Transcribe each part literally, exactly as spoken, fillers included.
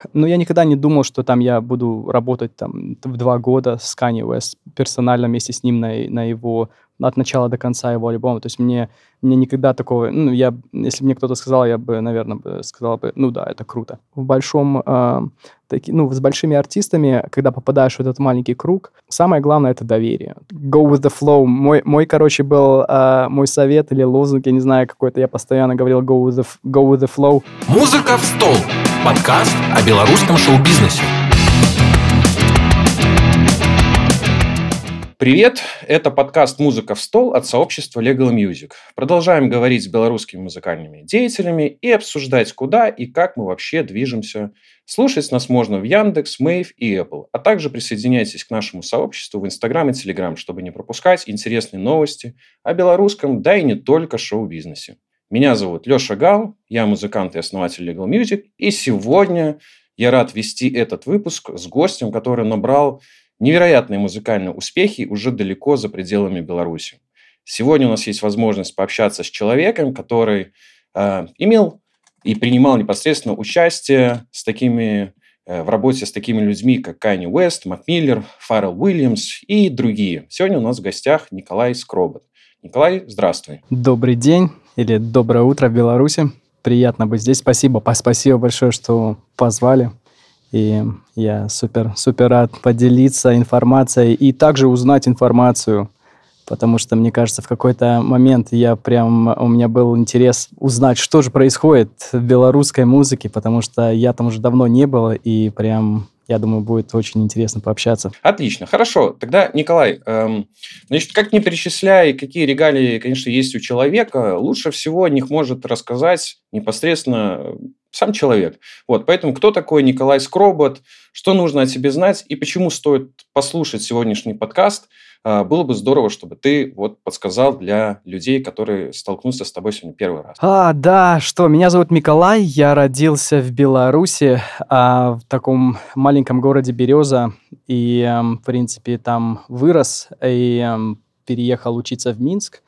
Но я никогда не думал, что там я буду работать там в два года с Kanye West, персонально вместе с ним на на его от начала до конца его альбома. То есть мне мне никогда такого, ну, я, если бы мне кто-то сказал, я бы, наверно, бы сказал бы: "Ну да, это круто". В большом, а, таки ну, с большими артистами, когда попадаешь в этот маленький круг, самое главное- это доверие. Go with the flow. Мой мой, короче, был, а, мой совет или лозунг, я не знаю, какой-то, я постоянно говорил: "Go with the f go with the flow". "Музыка в стол" — подкаст о белорусском шоу-бизнесе. Привет, это подкаст «Музыка в стол» от сообщества Legal Music. Продолжаем говорить с белорусскими музыкальными деятелями и обсуждать, куда и как мы вообще движемся. Слушать нас можно в Яндекс, Мэйв и Apple, а также присоединяйтесь к нашему сообществу в Инстаграм и Телеграм, чтобы не пропускать интересные новости о белорусском, да и не только шоу-бизнесе. Меня зовут Леша Гал, я музыкант и основатель Legal Music, и сегодня я рад вести этот выпуск с гостем, который набрал невероятные музыкальные успехи уже далеко за пределами Беларуси. Сегодня у нас есть возможность пообщаться с человеком, который э, имел и принимал непосредственно участие с такими, э, в работе с такими людьми, как Kanye West, Mac Miller, Pharrell Williams и другие. Сегодня у нас в гостях Николай Скробот. Николай, здравствуй. Добрый день или доброе утро в Беларуси. Приятно быть здесь. Спасибо, спасибо большое, что позвали. И я супер, супер рад поделиться информацией и также узнать информацию, потому что, мне кажется, в какой-то момент я прям, у меня был интерес узнать, что же происходит в белорусской музыке, потому что я там уже давно не был, и прям, я думаю, будет очень интересно пообщаться. Отлично, хорошо. Тогда, Николай, эм, значит, как ни перечисляй, какие регалии, конечно, есть у человека, лучше всего о них может рассказать непосредственно сам человек. Вот, поэтому кто такой Николай Скробот, что нужно о тебе знать и почему стоит послушать сегодняшний подкаст, э, было бы здорово, чтобы ты вот подсказал для людей, которые столкнутся с тобой сегодня первый раз. А, да, что, меня зовут Николай, я родился в Беларуси, а, в таком маленьком городе Береза, и, эм, в принципе, там вырос, и эм, переехал учиться в Минск.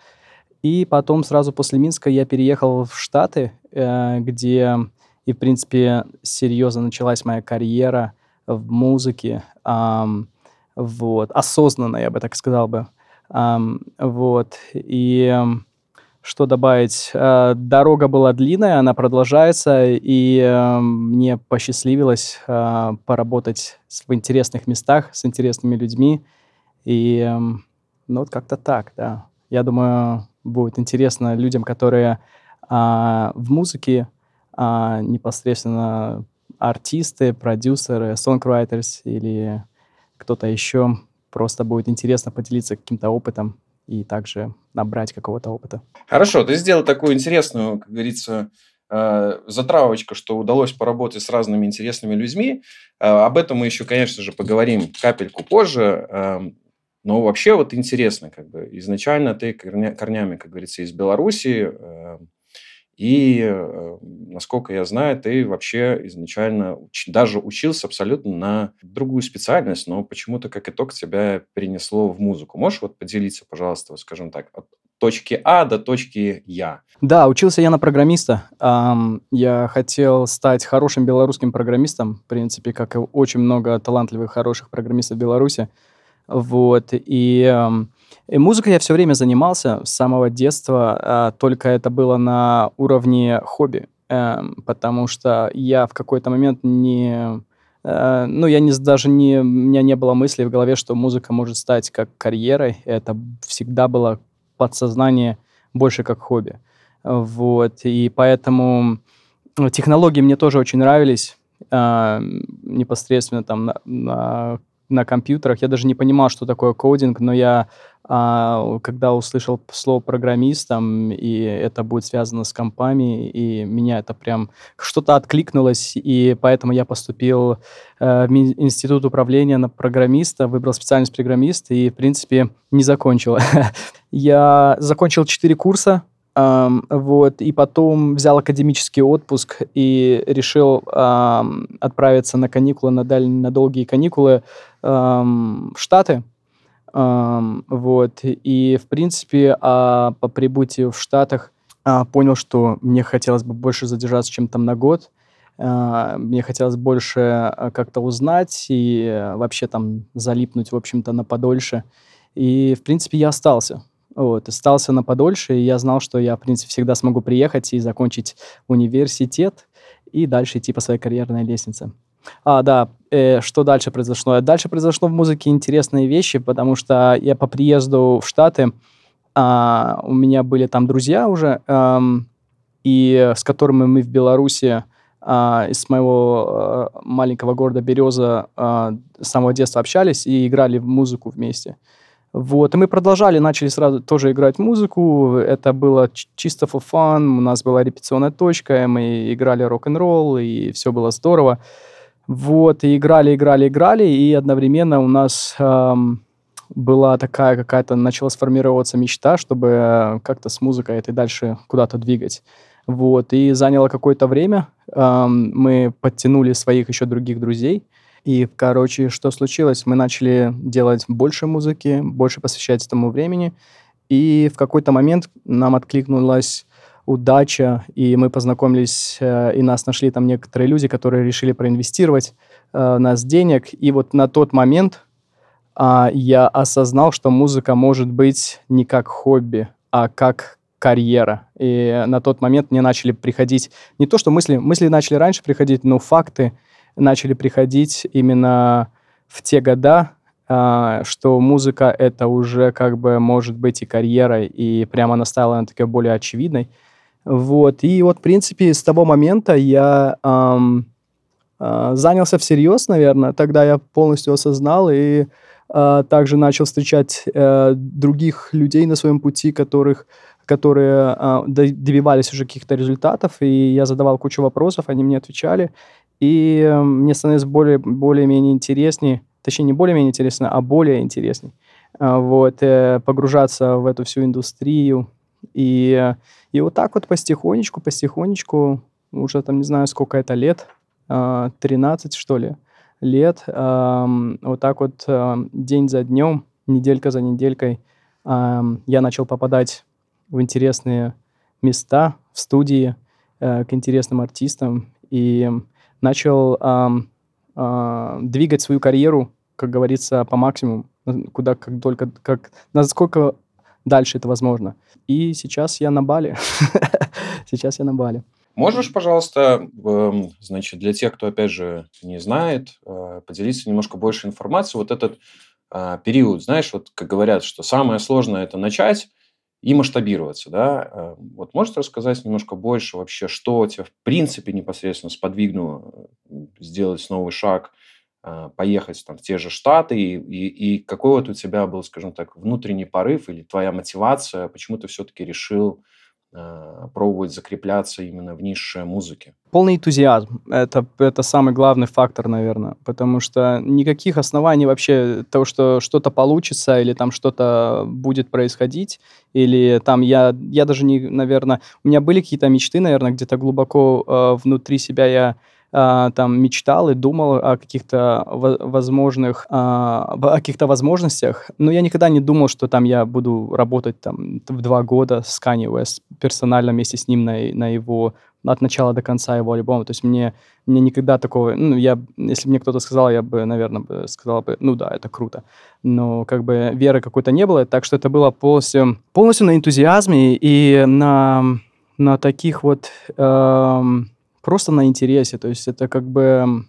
И потом сразу после Минска я переехал в Штаты, э, где и, в принципе, серьезно началась моя карьера в музыке. Ам, вот, осознанно, я бы так сказал бы. Ам, вот, и эм, что добавить? Э, дорога была длинная, она продолжается, и э, мне посчастливилось э, поработать с- в интересных местах с интересными людьми. И эм, ну вот как-то так, да. Я думаю, будет интересно людям, которые а, в музыке а, непосредственно артисты, продюсеры, songwriters или кто-то еще. Просто будет интересно поделиться каким-то опытом и также набрать какого-то опыта. Хорошо, ты сделал такую интересную, как говорится, э, затравочку, что удалось поработать с разными интересными людьми. Э, Об этом мы еще, конечно же, поговорим капельку позже. Эм, Но вообще вот интересно, как бы изначально ты корня- корнями, как говорится, из Беларуси. э, И, э, насколько я знаю, ты вообще изначально уч- даже учился абсолютно на другую специальность, но почему-то как итог тебя перенесло в музыку. Можешь вот поделиться, пожалуйста, вот скажем так, от точки А до точки Я? Да, учился я на программиста. Ам, я хотел стать хорошим белорусским программистом, в принципе, как и очень много талантливых, хороших программистов в Беларуси. Вот, и, ам, и музыкой я все время занимался с самого детства, а, только это было на уровне хобби, эм, потому что я в какой-то момент не, э, ну, я не, з- даже не, у меня не было мысли в голове, что музыка может стать как карьерой. Это всегда было подсознание больше как хобби. Вот, и поэтому ну, технологии мне тоже очень нравились, а, непосредственно там на, на, на компьютерах. Я даже не понимал, что такое кодинг, но я, а, когда услышал слово программист, там, и это будет связано с компами, и меня это прям что-то откликнулось, и поэтому я поступил э, в Ми- институт управления на программиста, выбрал специальность программист и, в принципе, не закончил. Я закончил четыре курса, Ам, вот, и потом взял академический отпуск и решил ам, отправиться на каникулы, на, даль- на долгие каникулы ам, в Штаты. Ам, вот, и, в принципе, а, по прибытию в Штатах а, понял, что мне хотелось бы больше задержаться, чем там на год. А, мне хотелось больше а, как-то узнать и э, вообще там залипнуть, в общем-то, на подольше. И, в принципе, я остался. Вот, остался на подольше, и я знал, что я, в принципе, всегда смогу приехать и закончить университет и дальше идти по своей карьерной лестнице. А, да, э, что дальше произошло? А Дальше произошло в музыке интересные вещи, потому что я по приезду в Штаты, а, у меня были там друзья уже, ам, и с которыми мы в Беларуси а, из моего а, маленького города Береза а, с самого детства общались и играли в музыку вместе. Вот, и мы продолжали, начали сразу тоже играть музыку. Это было ч- чисто for fun. У нас была репетиционная точка, мы играли рок-н-ролл, и все было здорово. Вот, и играли, играли, играли, и одновременно у нас ам, была такая какая-то, начала сформироваться мечта, чтобы э, как-то с музыкой это дальше куда-то двигать. Вот, и заняло какое-то время. Ам, мы подтянули своих еще других друзей, и, короче, что случилось? Мы начали делать больше музыки, больше посвящать этому времени, и в какой-то момент нам откликнулась удача, и мы познакомились, э, и нас нашли там некоторые люди, которые решили проинвестировать э, в нас денег. И вот на тот момент а, я осознал, что музыка может быть не как хобби, а как карьера. И на тот момент мне начали приходить не то, что мысли, мысли начали раньше приходить, но факты начали приходить именно в те года, а, что музыка это уже как бы может быть и карьерой, и прямо она стала такой более очевидной. Вот. И вот, в принципе, с того момента я ам, а, занялся всерьез, наверное. Тогда я полностью осознал и а, также начал встречать э, других людей на своем пути, которых, которые а, д- добивались уже каких-то результатов, и я задавал кучу вопросов, они мне отвечали, и э, мне становилось более, более-менее интереснее, точнее, не более-менее интересно, а более интересней, а, вот, э, погружаться в эту всю индустрию, и, э, и вот так вот потихонечку, потихонечку, уже там не знаю, сколько это лет, а, тринадцать, что ли, лет. Ам, вот так вот, ам, день за днем, неделька за неделькой, ам, я начал попадать в интересные места, в студии, э, к интересным артистам и начал ам, а, двигать свою карьеру, как говорится, по максимуму, н- куда как только, как, насколько дальше это возможно. И сейчас я на Бали. Сейчас я на Бали. Можешь, пожалуйста, эм, значит, для тех, кто, опять же, не знает, э, поделиться немножко больше информацией. Вот этот а, период, знаешь, вот как говорят, что самое сложное – это начать и масштабироваться, да? Э, Вот можешь рассказать немножко больше вообще, что тебя в принципе непосредственно сподвигнуло э, сделать новый шаг, а, поехать там в те же Штаты, и, и, и какой вот у тебя был, скажем так, внутренний порыв или твоя мотивация, почему ты все-таки решил а, пробовать закрепляться именно в нише музыки? Полный энтузиазм. Это, это самый главный фактор, наверное, потому что никаких оснований вообще того, что что-то получится или там что-то будет происходить, или там я, я даже не, наверное, у меня были какие-то мечты, наверное, где-то глубоко э, внутри себя я а, там мечтал и думал о каких-то во- возможных, а, в- о каких-то возможностях, но я никогда не думал, что там я буду работать там в два года с Kanye West персонально вместе с ним на, на его от начала до конца его альбома. То есть мне, мне никогда такого... Ну, я, если бы мне кто-то сказал, я бы, наверное, бы сказал бы, ну да, это круто. Но как бы веры какой-то не было, так что это было полностью, полностью на энтузиазме и на, на таких вот... эм, просто на интересе. То есть это как бы...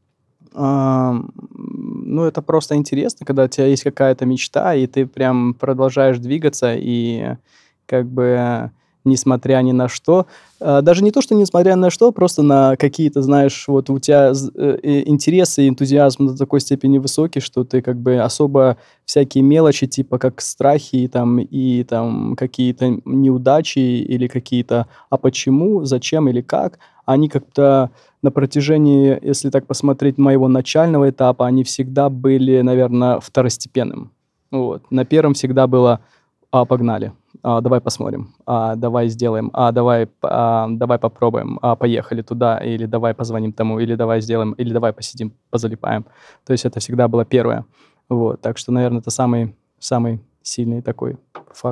эм, ну, это просто интересно, когда у тебя есть какая-то мечта, и ты прям продолжаешь двигаться, и как бы несмотря ни на что, а, даже не то, что несмотря ни на что, просто на какие-то, знаешь, вот у тебя з- э, э, интересы и энтузиазм до такой степени высокий, что ты как бы особо всякие мелочи, типа как страхи и там, и там какие-то неудачи или какие-то «а почему?», «зачем?» или «как?», они как-то на протяжении, если так посмотреть, моего начального этапа, они всегда были, наверное, второстепенным. Вот. На первом всегда было «а, погнали», «а, давай посмотрим», «а, давай сделаем», «а, давай, а, давай попробуем», «а, поехали туда», или «давай позвоним тому», или «давай сделаем», или «давай посидим, позалипаем». То есть это всегда было первое. Вот. Так что, наверное, это самый, самый сильный такой фактор.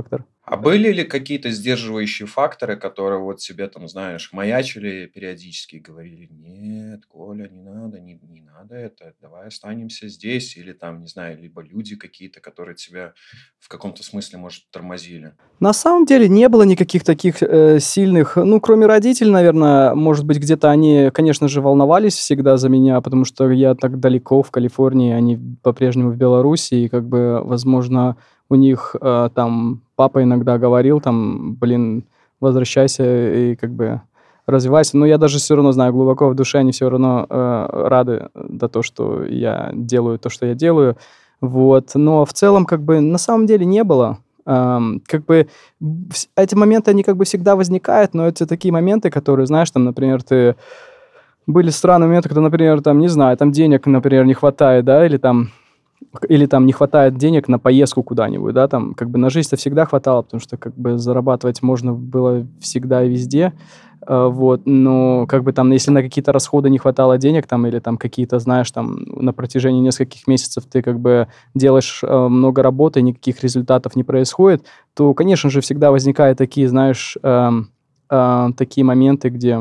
А были ли какие-то сдерживающие факторы, которые вот себе там, знаешь, маячили периодически и говорили: нет, Коля, не надо, не, не надо это, давай останемся здесь, или там, не знаю, либо люди какие-то, которые тебя в каком-то смысле, может, тормозили? На самом деле не было никаких таких э, сильных, ну, кроме родителей, наверное, может быть, где-то они, конечно же, волновались всегда за меня, потому что я так далеко в Калифорнии, они по-прежнему в Беларуси, и как бы, возможно, у них э, там папа иногда говорил, там, блин, возвращайся и как бы развивайся. Но я даже все равно знаю, глубоко в душе они все равно э, рады за то, что я делаю то, что я делаю. Вот. Но в целом, как бы, на самом деле не было. Ам, как бы вс- эти моменты, они как бы всегда возникают, но это такие моменты, которые, знаешь, там, например, ты... Были странные моменты, когда, например, там, не знаю, там денег, например, не хватает, да, или там или там не хватает денег на поездку куда-нибудь, да, там как бы на жизнь-то всегда хватало, потому что как бы зарабатывать можно было всегда и везде, э, вот, но как бы там, если на какие-то расходы не хватало денег, там, или там какие-то, знаешь, там на протяжении нескольких месяцев ты как бы делаешь э, много работы, никаких результатов не происходит, то, конечно же, всегда возникают такие, знаешь, эм, э, такие моменты, где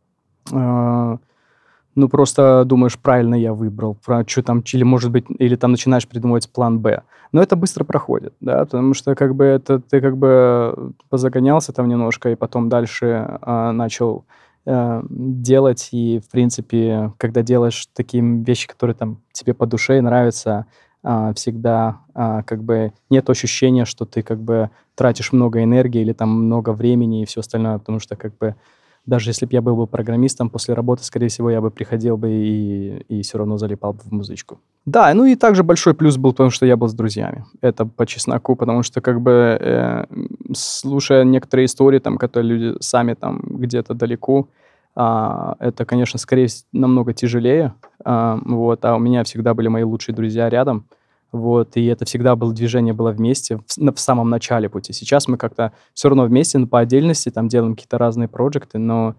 э, ну, просто думаешь, правильно я выбрал, про что там, или, может быть, или там начинаешь придумывать план Б. Но это быстро проходит, да, потому что как бы это ты как бы позагонялся там немножко, и потом дальше а, начал э, делать, и, в принципе, когда делаешь такие вещи, которые там тебе по душе и нравятся, а, всегда а, как бы нет ощущения, что ты как бы тратишь много энергии или там много времени и все остальное, потому что как бы даже если бы я был бы программистом, после работы, скорее всего, я бы приходил бы и, и все равно залипал бы в музычку. Да, ну и также большой плюс был, потому что я был с друзьями. Это по чесноку, потому что как бы э, слушая некоторые истории, там, которые люди сами там где-то далеко, а, это, конечно, скорее с- намного тяжелее. А, вот, а у меня всегда были мои лучшие друзья рядом. Вот, и это всегда было движение было вместе в, с- на- в самом начале пути. Сейчас мы как-то все равно вместе, но по отдельности там делаем какие-то разные проекты, но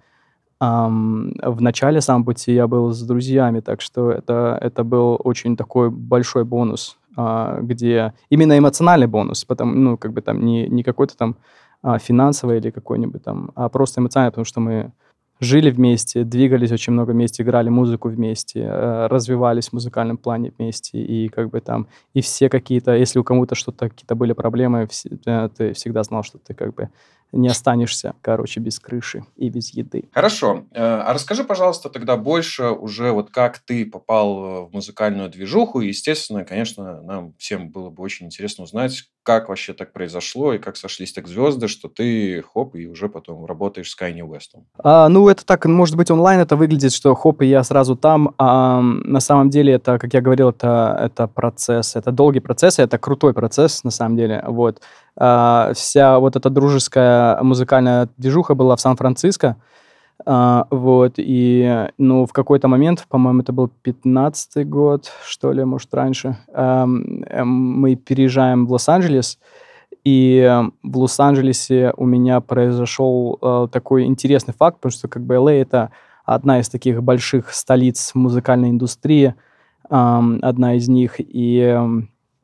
ам, в начале самом пути я был с друзьями, так что это, это был очень такой большой бонус, а, где именно эмоциональный бонус, потому, ну, как бы там не, не какой-то там а, финансовый или какой-нибудь там, а просто эмоциональный, потому что мы жили вместе, двигались очень много вместе, играли музыку вместе, э, развивались в музыкальном плане вместе, и как бы там, и все какие-то, если у кого-то что-то, какие-то были проблемы, вс- э, ты всегда знал, что ты как бы не останешься, короче, без крыши и без еды. Хорошо. Э, А расскажи, пожалуйста, тогда больше уже вот как ты попал э, в музыкальную движуху. И, естественно, конечно, нам всем было бы очень интересно узнать, как вообще так произошло и как сошлись так звезды, что ты хоп, и уже потом работаешь с Канье Уэстом. А, ну, это так, может быть, онлайн это выглядит, что хоп, и я сразу там. А м, на самом деле это, как я говорил, это, это процесс, это долгий процесс, и это крутой процесс, на самом деле. Вот. А, вся вот эта дружеская музыкальная движуха была в Сан-Франциско. А, вот, и, ну, в какой-то момент, по-моему, это был пятнадцатый год, что ли, может, раньше, ам, эм, мы переезжаем в Лос-Анджелес, и э, в Лос-Анджелесе у меня произошел э, такой интересный факт, потому что как бы Л А это одна из таких больших столиц музыкальной индустрии, ам, одна из них, и, эм,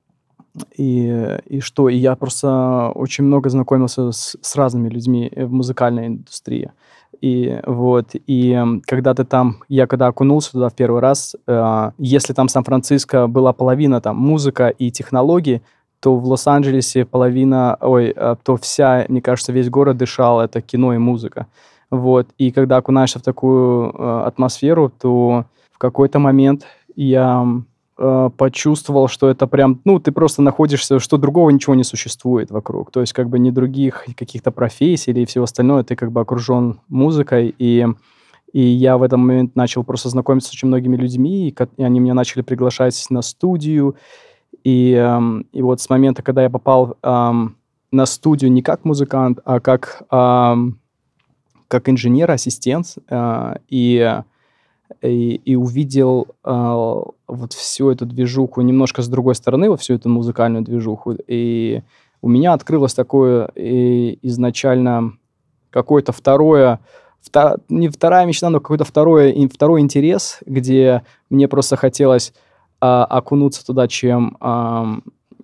и, и что, и я просто очень много знакомился с, с разными людьми э, в музыкальной индустрии. И вот, и м, когда ты там, я когда окунулся туда в первый раз, э, если там Сан-Франциско была половина там музыка и технологии, то в Лос-Анджелесе половина, ой, э, то вся, мне кажется, весь город дышал, это кино и музыка. Вот, и когда окунаешься в такую э, атмосферу, то в какой-то момент я э, почувствовал, что это прям, ну, ты просто находишься, что другого ничего не существует вокруг. То есть как бы ни других каких-то профессий или всего остального, ты как бы окружен музыкой, и, и я в этот момент начал просто знакомиться с очень многими людьми, и, ко- и они меня начали приглашать на студию, и, эм, и вот с момента, когда я попал эм, на студию не как музыкант, а как, эм, как инженер, ассистент, э, и и, и увидел а, вот всю эту движуху немножко с другой стороны, вот всю эту музыкальную движуху. И у меня открылось такое и изначально какое-то второе, вта- не вторая мечта, но какой-то второе, ин- второй интерес, где мне просто хотелось а, окунуться туда, чем, ам,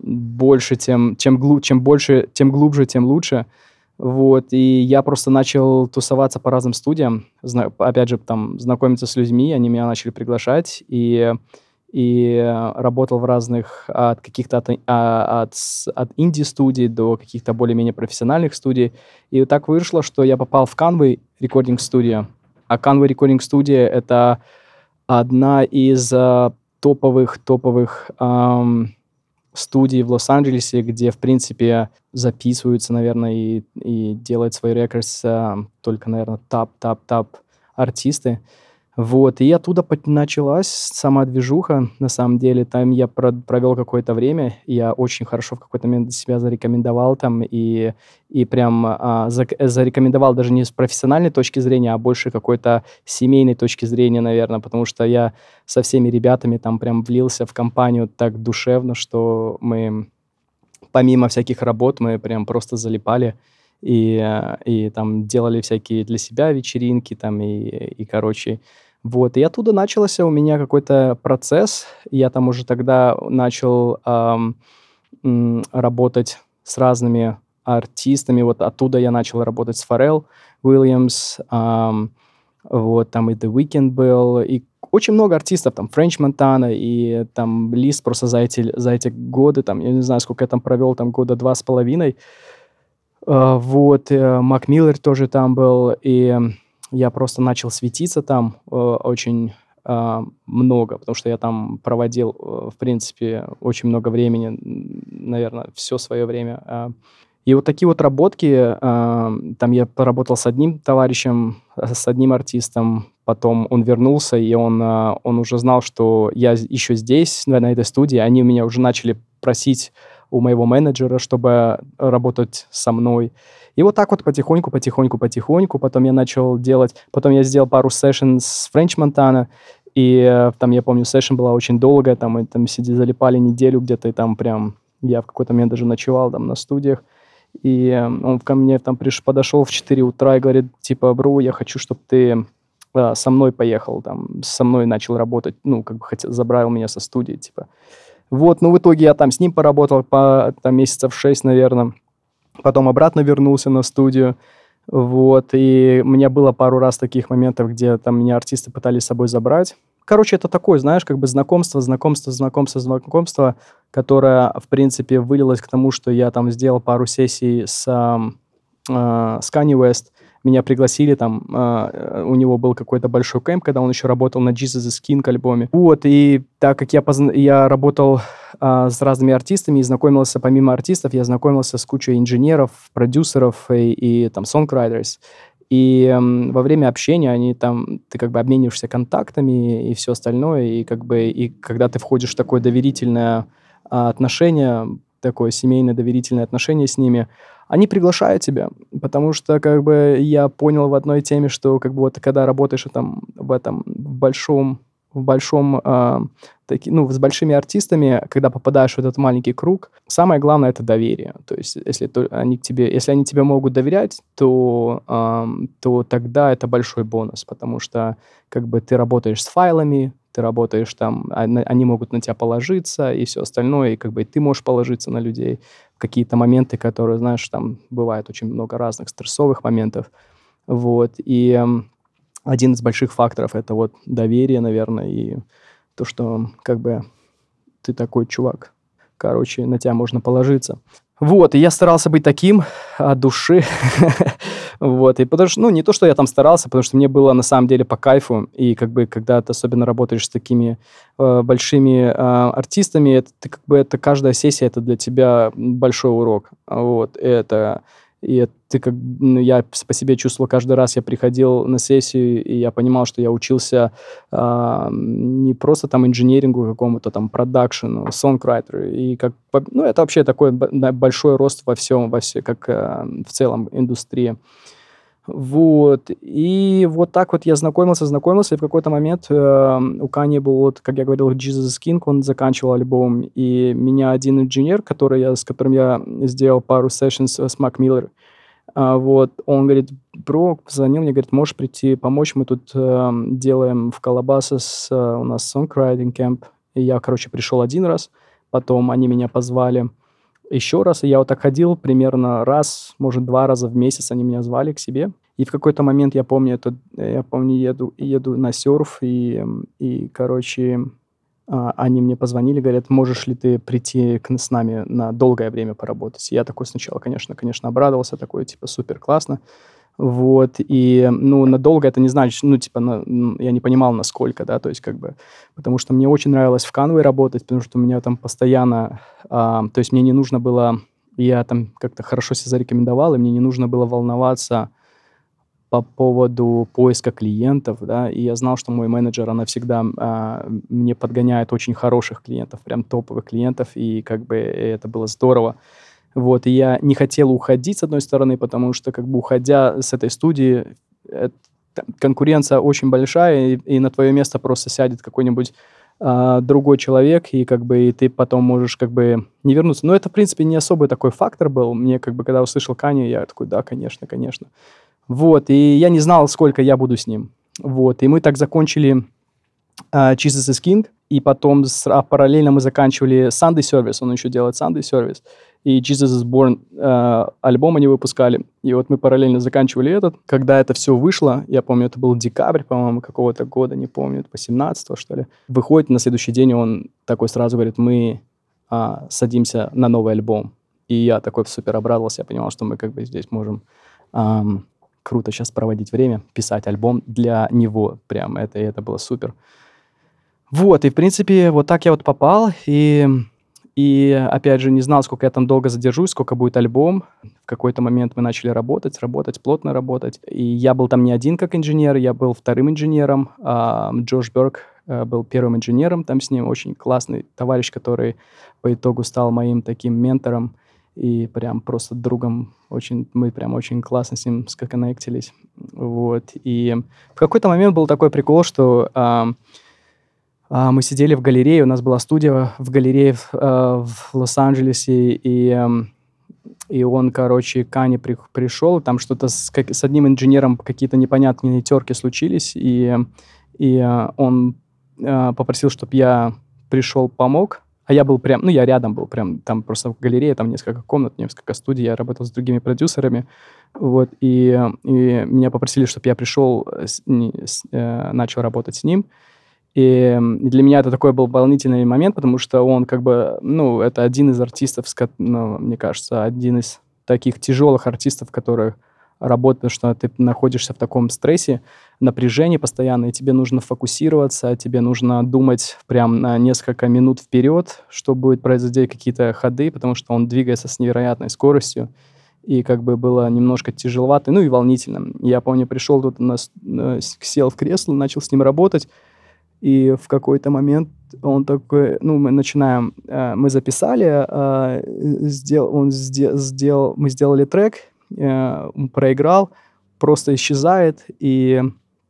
больше, тем, чем, глу, чем больше, тем глубже, тем лучше. Вот, и я просто начал тусоваться по разным студиям, зна- опять же, там, знакомиться с людьми, они меня начали приглашать, и, и э, работал в разных, от каких-то от, а, от, с- от инди-студий до каких-то более-менее профессиональных студий. И вот так вышло, что я попал в Conway Recording Studio. А Conway Recording Studio — это одна из э, топовых, топовых ам, студий в Лос-Анджелесе, где, в принципе, записываются, наверное, и, и делают свои рекордс э, только, наверное, тап-тап-тап артисты. Вот, и оттуда пот- началась сама движуха, на самом деле. Там я про- провел какое-то время, и я очень хорошо в какой-то момент себя зарекомендовал там, и, и прям а, зак- э, зарекомендовал даже не с профессиональной точки зрения, а больше какой-то семейной точки зрения, наверное, потому что я со всеми ребятами там прям влился в компанию так душевно, что мы помимо всяких работ мы прям просто залипали и, э, и там делали всякие для себя вечеринки там и, и короче, вот. И оттуда начался у меня какой-то процесс. Я там уже тогда начал ам, м, работать с разными артистами. Вот оттуда я начал работать с Фаррелл Уильямс, ам, вот, там и The Weeknd был, и очень много артистов, там, Френч Монтана, и там лист просто за эти, за эти годы, там, я не знаю, сколько я там провел, там, года два с половиной, а, вот, э, Мак Миллер тоже там был, и я просто начал светиться там э, очень а, много, потому что я там проводил, э, в принципе, очень много времени, наверное, все свое время. а. И вот такие вот работки, а, там я поработал с одним товарищем, а, с одним артистом, потом он вернулся, и он, а, он уже знал, что я еще здесь, на, на этой студии, они меня уже начали просить у моего менеджера, чтобы работать со мной. И вот так вот потихоньку, потихоньку, потихоньку. Потом я начал делать... Потом я сделал пару сессий с Френч Монтана. И э, там, я помню, сессия была очень долгая. Там мы там сидели, залипали неделю где-то. И там прям... Я в какой-то момент даже ночевал там на студиях. И э, он ко мне там приш, подошел в четыре утра и говорит, типа, бро, я хочу, чтобы ты э, со мной поехал. Там, со мной начал работать. Ну, как бы хотел, забрал меня со студии, типа. Вот, ну, в итоге я там с ним поработал по там, месяцев шесть, наверное. Потом обратно вернулся на студию. Вот, и у меня было пару раз таких моментов, где там меня артисты пытались с собой забрать. Короче, это такое, знаешь, как бы знакомство, знакомство, знакомство, знакомство, которое, в принципе, вылилось к тому, что я там сделал пару сессий с, ам, а, с Kanye West. Меня пригласили там, а, у него был какой-то большой кэмп, когда он еще работал на Jesus is King альбоме. Вот, и так как я, позна- я работал а, с разными артистами и знакомился, помимо артистов, я знакомился с кучей инженеров, продюсеров и, и там songwriters. И м, во время общения они там, ты как бы обмениваешься контактами и все остальное, и как бы, и когда ты входишь в такое доверительное а, отношение, такое семейное доверительное отношение с ними, они приглашают тебя, потому что как бы я понял в одной теме, что как бы вот когда работаешь там в этом в большом в большом а, таки, ну, с большими артистами, когда попадаешь в этот маленький круг, самое главное — это доверие. То есть если то, они к тебе, если они тебе могут доверять, то, ам, то тогда это большой бонус, потому что как бы ты работаешь с файлами, ты работаешь там, а- на- они могут на тебя положиться и все остальное, и как бы и ты можешь положиться на людей в какие-то моменты, которые, знаешь, там бывает очень много разных стрессовых моментов. Вот. И ам, один из больших факторов — это вот доверие, наверное, и то, что как бы ты такой чувак. Короче, на тебя можно положиться. Вот, и я старался быть таким от души. Вот, и потому что, ну, не то, что я там старался, потому что мне было на самом деле по кайфу, и как бы, когда ты особенно работаешь с такими э, большими э, артистами, это, ты, как бы, это каждая сессия, это для тебя большой урок. Вот, это, и это, ты как, ну, я по себе чувствовал каждый раз, я приходил на сессию, и я понимал, что я учился а, не просто там инженерингу какому-то, там, продакшену, сонграйтеру, и как, по- ну, это вообще такой б- на- большой рост во всем, во все, как а, в целом индустрии. Вот, и вот так вот я знакомился, знакомился, и в какой-то момент э, у Kanye был, вот, как я говорил, Jesus is King, он заканчивал альбом, и меня один инженер, который я, с которым я сделал пару сессионс с Мак Миллер, а, вот, он говорит, бро, позвонил мне, говорит, можешь прийти помочь, мы тут э, делаем в Калабасас, э, у нас songwriting camp, и я, короче, пришел один раз, потом они меня позвали еще раз, и я вот так ходил примерно раз, может, два раза в месяц они меня звали к себе. И в какой-то момент, я помню, это, я помню, еду, еду на серф, и, и короче, а, они мне позвонили, говорят, можешь ли ты прийти к, с нами на долгое время поработать. И я такой сначала, конечно, конечно, обрадовался, такой, типа, супер классно. Вот, и, ну, надолго это не значит, ну, типа, на, я не понимал, насколько, да, то есть, как бы, потому что мне очень нравилось в Canva работать, потому что у меня там постоянно, а, то есть мне не нужно было, я там как-то хорошо себя зарекомендовал, и мне не нужно было волноваться по поводу поиска клиентов, да, и я знал, что мой менеджер, она всегда а, мне подгоняет очень хороших клиентов, прям топовых клиентов, и как бы это было здорово. Вот, и я не хотел уходить, с одной стороны, потому что, как бы, уходя с этой студии, это, конкуренция очень большая, и, и на твое место просто сядет какой-нибудь а, другой человек, и, как бы, и ты потом можешь, как бы, не вернуться. Но это, в принципе, не особый такой фактор был. Мне, как бы, когда услышал Канье, я такой, да, конечно, конечно. Вот, и я не знал, сколько я буду с ним. Вот, и мы так закончили uh, Jesus is King, и потом с, а, параллельно мы заканчивали Sunday Service, он еще делает Sunday Service, и Jesus is Born э, альбом они выпускали. И вот мы параллельно заканчивали этот. Когда это все вышло, я помню, это был декабрь, по-моему, какого-то года, не помню, восемнадцатого, что ли. Выходит, на следующий день он такой сразу говорит, мы а, садимся на новый альбом. И я такой супер обрадовался, я понимал, что мы как бы здесь можем ам, круто сейчас проводить время, писать альбом для него. Прям это, и это было супер. Вот, и в принципе вот так я вот попал, и... И, опять же, не знал, сколько я там долго задержусь, сколько будет альбом. В какой-то момент мы начали работать, работать, плотно работать. И я был там не один как инженер, я был вторым инженером. А Джош Берг а, был первым инженером там с ним. Очень классный товарищ, который по итогу стал моим таким ментором и прям просто другом. Очень, мы прям очень классно с ним сконнектились. Вот. И в какой-то момент был такой прикол, что... А, мы сидели в галерее, у нас была студия в галерее в, э, в Лос-Анджелесе, и, э, и он, короче, Канье при, пришел, там что-то с, как, с одним инженером какие-то непонятные терки случились, и, и э, он э, попросил, чтобы я пришел, помог, а я был прям, ну, я рядом был, прям там просто в галерее, там несколько комнат, несколько студий, я работал с другими продюсерами, вот, и, и меня попросили, чтобы я пришел, с, с, э, начал работать с ним. И для меня это такой был волнительный момент, потому что он как бы, ну, это один из артистов, ну, мне кажется, один из таких тяжелых артистов, которые работают, что ты находишься в таком стрессе, напряжении постоянно, и тебе нужно фокусироваться, тебе нужно думать прям на несколько минут вперед, что будет произойти, какие-то ходы, потому что он двигается с невероятной скоростью, и как бы было немножко тяжеловато, ну и волнительно. Я помню, пришел тут, у нас, сел в кресло, начал с ним работать, и в какой-то момент он такой, ну, мы начинаем, э, мы записали, э, сделал, он сде, сделал, мы сделали трек, э, он проиграл, просто исчезает, и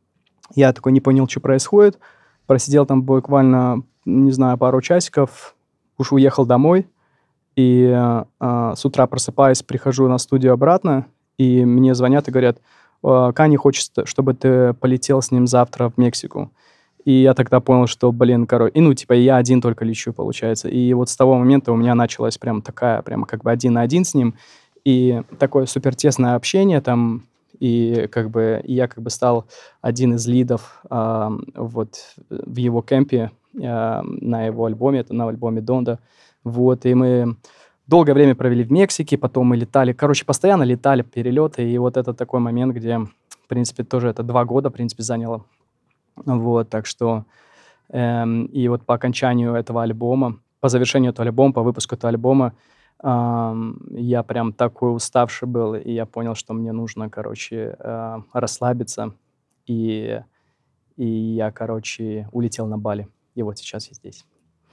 я такой не понял, что происходит, просидел там буквально, не знаю, пару часиков, уж уехал домой, и э, с утра просыпаюсь, прихожу на студию обратно, и мне звонят и говорят, Канье хочет, чтобы ты полетел с ним завтра в Мексику. И я тогда понял, что, блин, короче, и, ну, типа, я один только лечу, получается. И вот с того момента у меня началась прям такая, прям как бы один на один с ним, и такое супертесное общение там, и как бы и я как бы стал один из лидов э, вот в его кемпе э, на его альбоме, это на альбоме Донда, вот, и мы долгое время провели в Мексике, потом мы летали, короче, постоянно летали, перелеты, и вот это такой момент, где, в принципе, тоже это два года, в принципе, заняло. Вот, так что, эм, и вот по окончанию этого альбома, по завершению этого альбома, по выпуску этого альбома, эм, я прям такой уставший был, и я понял, что мне нужно, короче, э, расслабиться, и, и я, короче, улетел на Бали, и вот сейчас я здесь.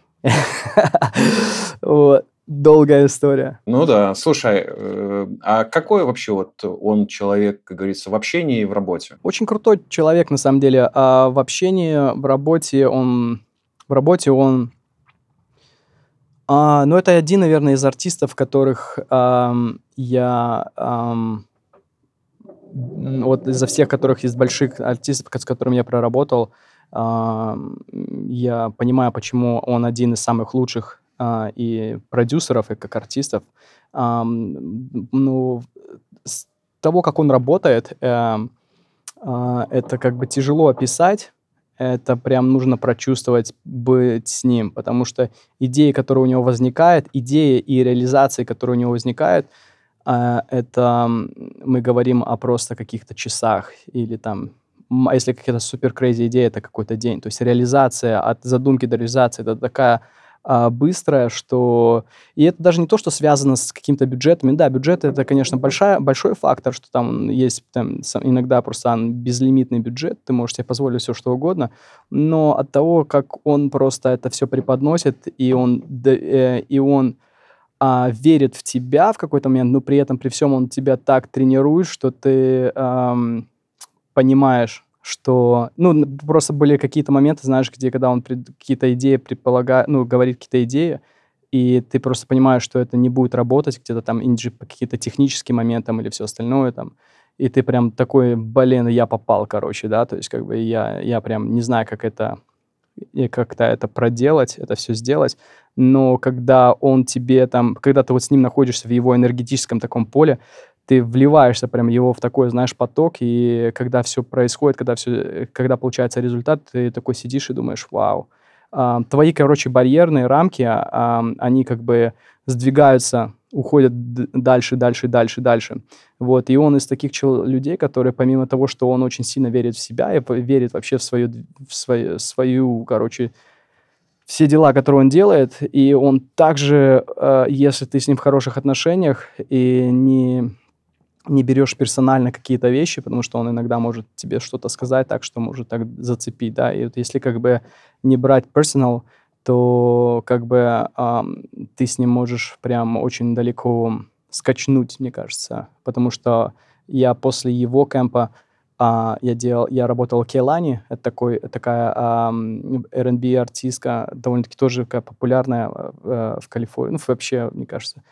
Вот. Долгая история. Ну да, слушай, э, а какой вообще вот он человек, как говорится, в общении и в работе? Очень крутой человек, на самом деле. А в общении, в работе он... В работе он... А, ну, это один, наверное, из артистов, которых ам, я... ам, вот изо всех, которых из больших артистов, с которыми я проработал, ам, я понимаю, почему он один из самых лучших а, и продюсеров, и как артистов. Ам, ну, с того, как он работает, эм, а, это как бы тяжело описать. Это прям нужно прочувствовать, быть с ним, потому что идеи, которые у него возникают, идеи и реализации, которые у него возникают, а, это м, мы говорим о просто каких-то часах или там, м, а если какая-то супер crazy идея, это какой-то день. То есть реализация от задумки до реализации это такая а, быстрая, что и это даже не то, что связано с какими-то бюджетами. Да, бюджет это, конечно, большая, большой фактор, что там есть там, с- иногда просто ан- безлимитный бюджет, ты можешь себе позволить все, что угодно, но от того, как он просто это все преподносит, и он, д- э, и он а, верит в тебя в какой-то момент, но при этом, при всем он тебя так тренирует, что ты ам, понимаешь, что... Ну, н- просто были какие-то моменты, знаешь, где когда он пред- какие-то идеи предполагает, ну, говорит какие-то идеи, и ты просто понимаешь, что это не будет работать где-то там инжи по какие-то технические моментам или все остальное там, и ты прям такой, блин, я попал, короче, да, то есть как бы я, я прям не знаю, как это и как-то это проделать, это все сделать. Но когда он тебе там, когда ты вот с ним находишься в его энергетическом таком поле, ты вливаешься прям его в такой, знаешь, поток, и когда все происходит, когда все, когда получается результат, ты такой сидишь и думаешь, вау. А, твои, короче, барьерные рамки, а, ам, они как бы сдвигаются, уходят д- дальше, дальше, дальше, дальше. Вот, и он из таких чел- людей, которые помимо того, что он очень сильно верит в себя и по- верит вообще в свою, д- в свою, свою, короче, все дела, которые он делает, и он также, э, если ты с ним в хороших отношениях и не, не берешь персонально какие-то вещи, потому что он иногда может тебе что-то сказать так, что может так зацепить, да, и вот если как бы не брать personal, то как бы ам, ты с ним можешь прям очень далеко скачнуть, мне кажется, потому что я после его кемпа а, я делал, я работал в Кейлани, это такой, такая ам, эр энд би-артистка, довольно-таки тоже такая популярная э, э, в Калифорнии, ну, вообще, мне кажется.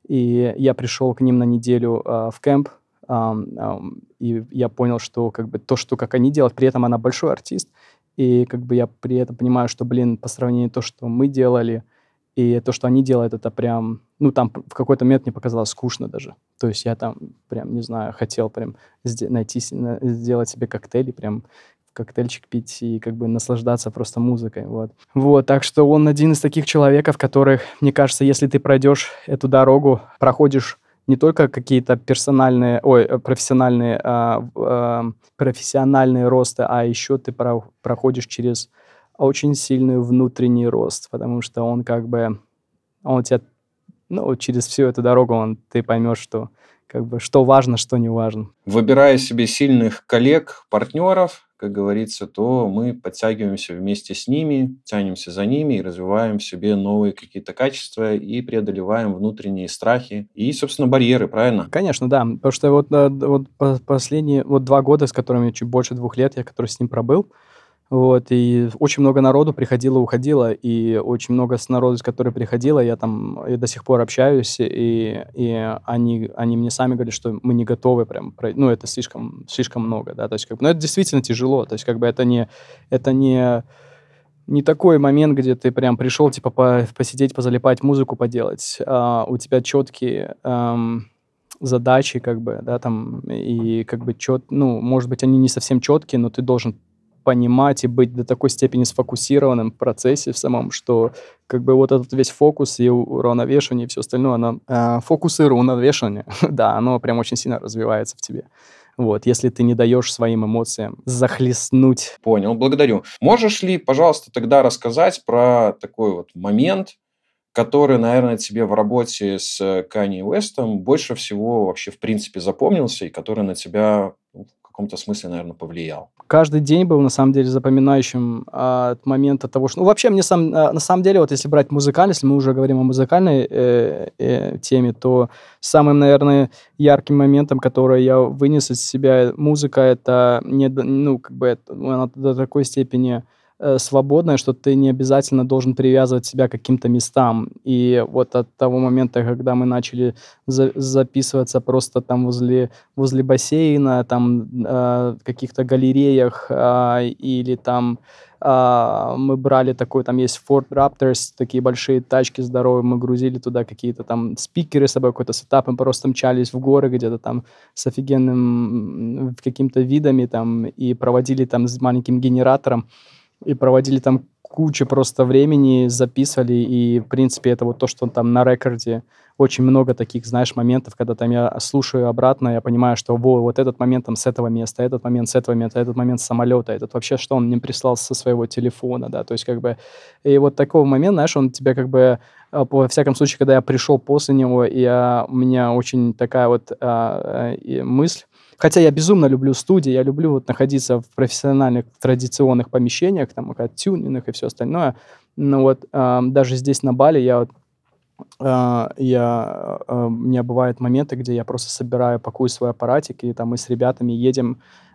И я пришел к ним на неделю а, в кемп, ам, ам, и я понял, что как бы то, что как они делают, при этом она большой артист, и как бы я при этом понимаю, что, блин, по сравнению с то, что мы делали, и то, что они делают, это прям, ну, там п- в какой-то момент мне показалось скучно даже. То есть я там прям, не знаю, хотел прям сде- найти, се- на- сделать себе коктейль и прям коктейльчик пить и как бы наслаждаться просто музыкой, вот. Вот, так что он один из таких человеков, которых, мне кажется, если ты пройдешь эту дорогу, проходишь не только какие-то персональные, ой, э, профессиональные, а, в- а, профессиональные росты, а еще ты про- проходишь через очень сильный внутренний рост, потому что он как бы, он тебя, ну, вот через всю эту дорогу он, ты поймешь, что как бы что важно, что не важно. Выбирая себе сильных коллег, партнеров, как говорится, то мы подтягиваемся вместе с ними, тянемся за ними и развиваем в себе новые какие-то качества и преодолеваем внутренние страхи и, собственно, барьеры, правильно? Конечно, да, потому что вот, э, д- вот по- последние вот два года, с которыми чуть больше двух лет, я который с ним пробыл, вот, и очень много народу приходило, уходило, и очень много с народу, с которой приходило, я там и до сих пор общаюсь, и, и они, они мне сами говорят, что мы не готовы прям, прой- ну, это слишком, слишком много, да, то есть, как бы, ну, это действительно тяжело, то есть, как бы, это не, это не, не такой момент, где ты прям пришел, типа, по- посидеть, позалипать, музыку поделать, а у тебя четкие ам, задачи, как бы, да, там, и как бы чет, ну, может быть, они не совсем четкие, но ты должен понимать и быть до такой степени сфокусированным в процессе в самом, что как бы вот этот весь фокус и у- уравновешивание и все остальное, оно, а, фокус и уравновешивание, да, оно прям очень сильно развивается в тебе. Вот, если ты не даешь своим эмоциям захлестнуть. Понял, благодарю. Можешь ли, пожалуйста, тогда рассказать про такой вот момент, который, наверное, тебе в работе с Канье Уэстом больше всего вообще в принципе запомнился и который на тебя ну, в каком-то смысле, наверное, повлиял? Каждый день был, на самом деле, запоминающим, а, от момента того, что... Ну, вообще, мне сам, а, на самом деле, вот если брать музыкальность, если мы уже говорим о музыкальной э, э, теме, то самым, наверное, ярким моментом, который я вынес из себя, музыка, это не, д- ну, как бы, это, ну, она до такой степени э, свободное, что ты не обязательно должен привязывать себя к каким-то местам. И вот от того момента, когда мы начали за- записываться просто там возле, возле бассейна, там э, каких-то галереях а, или там а, мы брали такой, там есть Ford Raptors, такие большие тачки здоровые, мы грузили туда какие-то там спикеры с собой, какой-то сетап, мы просто мчались в горы где-то там с офигенным м, каким-то видами там и проводили там с маленьким генератором и проводили там кучу просто времени, записывали, и, в принципе, это вот то, что там на рекорде очень много таких, знаешь, моментов, когда там я слушаю обратно, я понимаю, что во, вот этот момент там с этого места, этот момент с этого места, этот момент с самолета, этот вообще, что он мне прислал со своего телефона, да, то есть как бы, и вот такой момент, знаешь, он тебя как бы, а, во всяком случае, когда я пришел после него, и я, у меня очень такая вот а, и мысль. Хотя я безумно люблю студии, я люблю вот находиться в профессиональных, традиционных помещениях, там, как тюнинг и все остальное. Но вот а, даже здесь, на Бали, я вот а, я, а, у меня бывают моменты, где я просто собираю, пакую свой аппаратик, и там мы с ребятами едем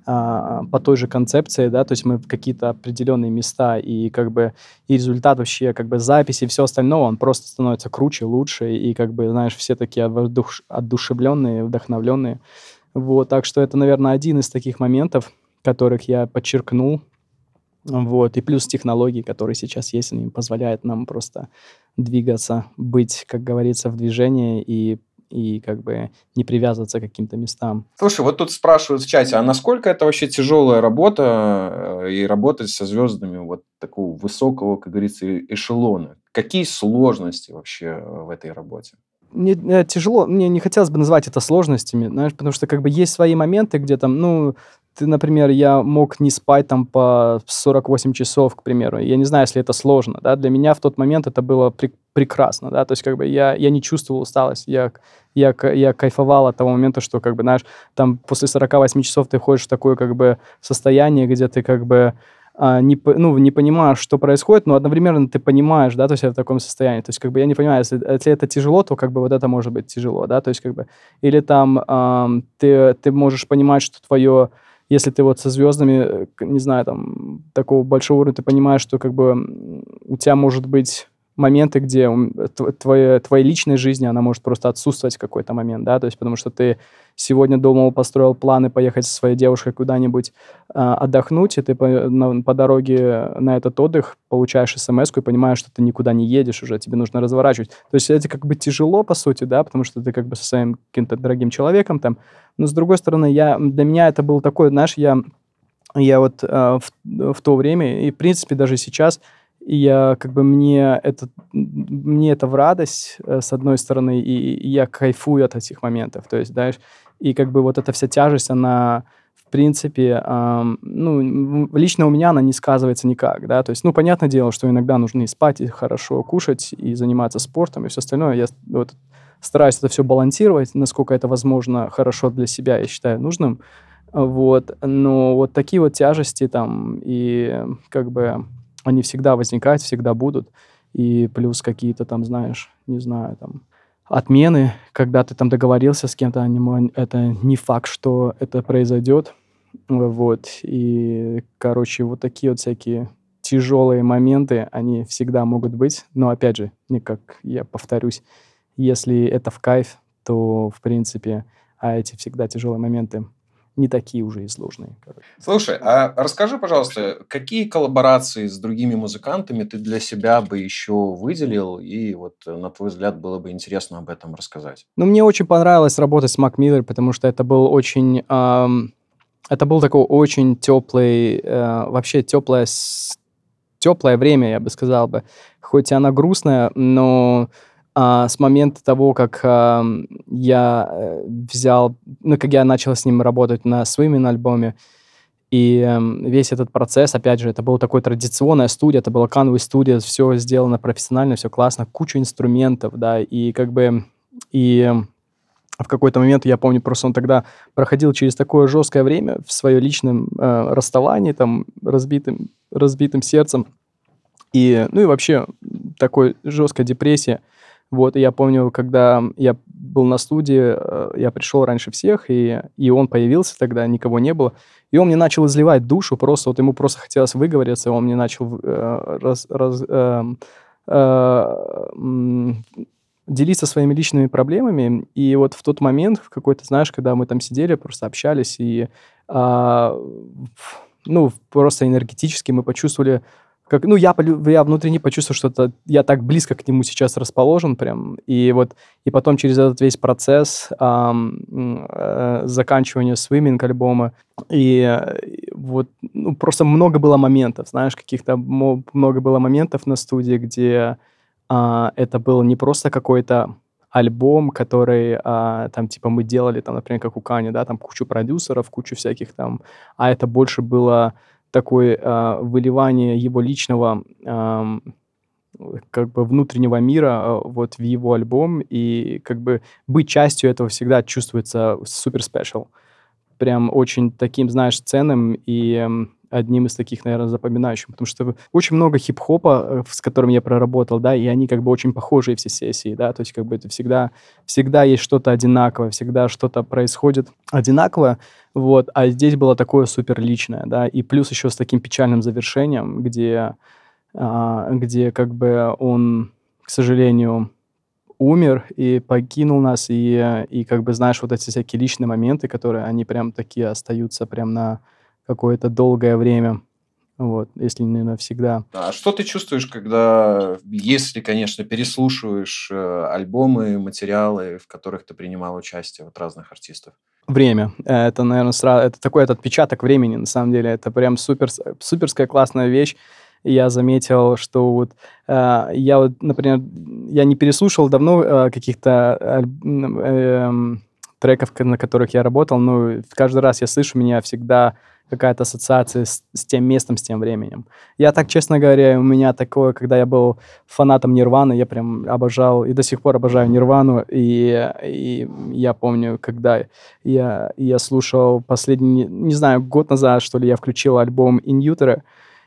а, по той же концепции, да, то есть мы в какие-то определенные места, и как бы и результат вообще, как бы записи и все остальное, он просто становится круче, лучше, и как бы, знаешь, все такие воодуш- одушевленные, вдохновленные. Вот, так что это, наверное, один из таких моментов, которых я подчеркнул. Вот, и плюс технологии, которые сейчас есть, они позволяют нам просто двигаться, быть, как говорится, в движении и, и как бы не привязываться к каким-то местам. Слушай, вот тут спрашивают в чате, а насколько это вообще тяжелая работа э, и работать со звездами вот такого высокого, как говорится, э- эшелона? Какие сложности вообще э, в этой работе? Мне э, тяжело, мне не хотелось бы назвать это сложностями, знаешь, потому что как бы есть свои моменты, где там, ну, ты, например, я мог не спать там по сорок восемь часов, к примеру. Я не знаю, если это сложно, да. Для меня в тот момент это было прек- прекрасно, да. То есть как бы я, я не чувствовал усталость, я, я, к- я кайфовал от того момента, что как бы, знаешь, там после сорока восьми часов ты ходишь в такое как бы состояние, где ты как бы а, не, по- ну, не понимаешь, что происходит, но одновременно ты понимаешь, да, то есть я в таком состоянии. То есть как бы я не понимаю, если, если это тяжело, то как бы вот это может быть тяжело, да, то есть как бы или там ам, ты, ты можешь понимать, что твое, если ты вот со звездами, э, к- не знаю, там, такого большого уровня, ты понимаешь, что как бы м, у тебя может быть моменты, где м, тв- твоя, твоя личная жизнь, она может просто отсутствовать в какой-то момент, да, то есть потому что ты сегодня думал, построил планы поехать со своей девушкой куда-нибудь а, отдохнуть, и ты по, на- по дороге на этот отдых получаешь смс и понимаешь, что ты никуда не едешь уже, тебе нужно разворачивать. То есть это как бы тяжело, по сути, да, потому что ты как бы со своим каким-то дорогим человеком там, но с другой стороны, я, для меня это был такой, знаешь, я я вот, а, в в то время и, в принципе, даже сейчас, я как бы мне это м, мне это в радость, э, с одной стороны, и и я кайфую от этих моментов. То есть, знаешь, и как бы вот эта вся тяжесть, она, в принципе, ам, ну, м, лично у меня она не сказывается никак, да. То есть, ну, понятное дело, что иногда нужно и спать, и хорошо кушать, и заниматься спортом, и все остальное. Я с вот стараюсь это все балансировать, насколько это возможно, хорошо для себя, я считаю нужным. Вот, но вот такие вот тяжести там, и э, как бы они всегда возникают, всегда будут. И плюс какие-то там, знаешь, не знаю, там, отмены, когда ты там договорился с кем-то, они мо- это не факт, что это произойдет. Вот, и, короче, вот такие вот всякие тяжелые моменты, они всегда могут быть. Но, опять же, не как я повторюсь, если это в кайф, то, в принципе, а эти всегда тяжелые моменты не такие уже и сложные, короче. Слушай, а расскажи, пожалуйста, какие коллаборации с другими музыкантами ты для себя бы еще выделил, и вот, э, на твой взгляд, было бы интересно об этом рассказать? Ну, мне очень понравилось работать с Mac Miller, потому что это был очень, ам, это был такой очень теплый, э, вообще теплое, теплое время, я бы сказал бы. Хоть и она грустная, но а, с момента того, как ам, я э, взял, ну, как я начал с ним работать на своем альбоме, и эм, весь этот процесс, опять же, это была такой традиционная студия, это была Canvas студия, все сделано профессионально, все классно, куча инструментов, да, и как бы, и эм, в какой-то момент, я помню, просто он тогда проходил через такое жесткое время в своем личном э, расставании, там, разбитым, разбитым сердцем, и, ну и вообще такой жесткая депрессия. Вот, и я помню, когда я был на студии, э, я пришел раньше всех, и, и он появился тогда, никого не было, и он мне начал изливать душу, просто вот ему просто хотелось выговориться, он мне начал э, раз, раз, эм, э, м, делиться своими личными проблемами, и вот в тот момент, в какой-то, знаешь, когда мы там сидели, просто общались, и а, в- ну, просто энергетически мы почувствовали, как, ну, я, полю- я внутренне почувствовал, что это, я так близко к нему сейчас расположен прям, и вот, и потом через этот весь процесс ам, м, э, заканчивания свиминг-альбома, и, э, и вот, ну, просто много было моментов, знаешь, каких-то, мо- много было моментов на студии, где а, это был не просто какой-то альбом, который, а, там, типа, мы делали, там, например, как у Кани, да, там кучу продюсеров, кучу всяких там, а это больше было такое а, выливание его личного, ам, как бы внутреннего мира а, вот в его альбом, и как бы быть частью этого всегда чувствуется супер спешл, прям очень таким, знаешь, ценным и м, одним из таких, наверное, запоминающих, потому что очень много хип-хопа, э, с которым я проработал, да, и они как бы очень похожие все сессии, да, то есть как бы это всегда, всегда есть что-то одинаковое, всегда что-то происходит одинаково, вот, а здесь было такое супер личное, да, и плюс еще с таким печальным завершением, где, а, где как бы он, к сожалению, умер и покинул нас, и, э, и как бы, знаешь, вот эти всякие личные моменты, которые, они прям такие остаются прям на какое-то долгое время, вот, если не навсегда. А что ты чувствуешь, когда, если, конечно, переслушиваешь э, альбомы, материалы, в которых ты принимал участие от разных артистов? Время. Э, Это, наверное, сразу, это такой этот отпечаток времени, на самом деле. Это прям супер, суперская классная вещь. И я заметил, что вот э, я вот, например, я не переслушал давно э, каких-то аль- м, эм, треков, к- на которых я работал, но каждый раз я слышу, у меня всегда какая-то ассоциация с, с тем местом, с тем временем. Я так, честно говоря, у меня такое, когда я был фанатом Нирваны, я прям обожал и до сих пор обожаю Нирвану, и, и я помню, когда я, я слушал последний, не знаю, год назад, что ли, я включил альбом In Utero,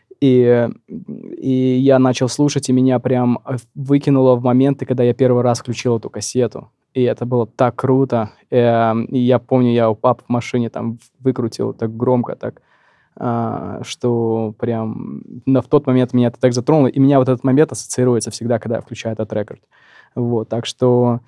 и, и я начал слушать, и меня прям э, выкинуло в моменты, когда я первый раз включил эту кассету. И это было так круто. Эм, И я помню, я у папы в машине там выкрутил так громко, так, а, что прям на, в тот момент меня это так затронуло. И меня вот этот момент ассоциируется всегда, когда я включаю этот рекорд. Вот, так что,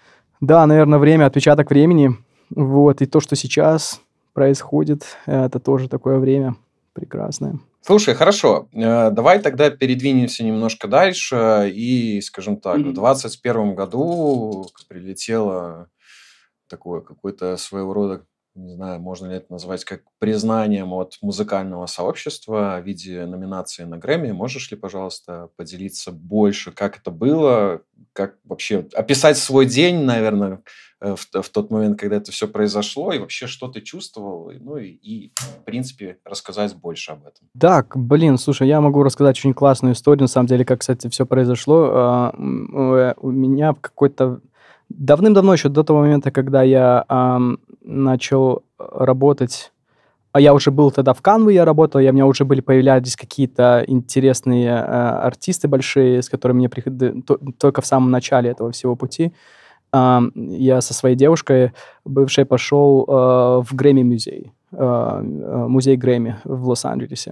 да, наверное, время, отпечаток времени. Вот, и то, что сейчас происходит, это тоже такое время прекрасное. Слушай, хорошо, э, давай тогда передвинемся немножко дальше и, скажем так, в Мгм. двадцать первом году прилетело такое какое-то своего рода, не знаю, можно ли это назвать как признанием от музыкального сообщества в виде номинации на Грэмми. Можешь ли, пожалуйста, поделиться больше, как это было, как вообще описать свой день, наверное, э, в, т- в тот момент, когда это все произошло, и вообще, что ты чувствовал, и, ну и, и, в принципе, рассказать больше об этом. Так, блин, слушай, я могу рассказать очень классную историю, на самом деле, как, кстати, все произошло. А, м, э, у меня в какой-то давным-давно, еще до того момента, когда я ам, начал работать, а я уже был тогда в Canva, я работал, я, у меня уже были, появлялись какие-то интересные а, артисты большие, с которыми мне приход- то- только в самом начале этого всего пути. Ам, я со своей девушкой бывшей пошел а, в Грэмми-музей, а, а, музей Грэмми в Лос-Анджелесе.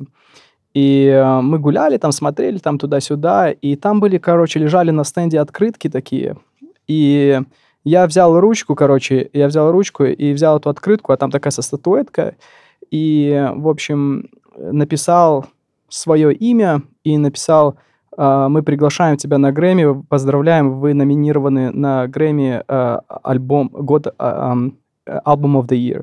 И, э, мы гуляли там, смотрели там туда-сюда, и там были, короче, лежали на стенде открытки такие. И я взял ручку, короче, я взял ручку и взял эту открытку, а там такая со статуэтка. И, э, в общем, э, написал свое имя и написал, а, «Мы приглашаем тебя на Грэмми, поздравляем, вы номинированы на Грэмми, а, альбом год, а, ам, э, Album of the Year,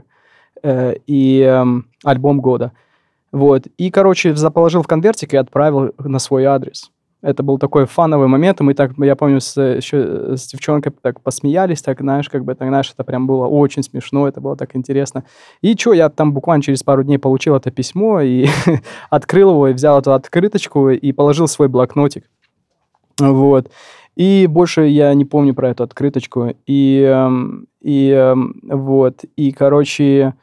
э, и, эм, альбом года». Вот. И, короче, заположил в конвертик и отправил на свой адрес. Это был такой фановый момент, и мы так, я помню, с, э, еще э, с девчонкой так посмеялись, так, знаешь, как бы, так, знаешь, это прям было очень смешно, это было так интересно. И что, я там буквально через пару дней получил это письмо, и открыл его, и взял эту открыточку, и положил в свой блокнотик. Вот. И больше я не помню про эту открыточку. И, эм, и эм, вот, и, короче,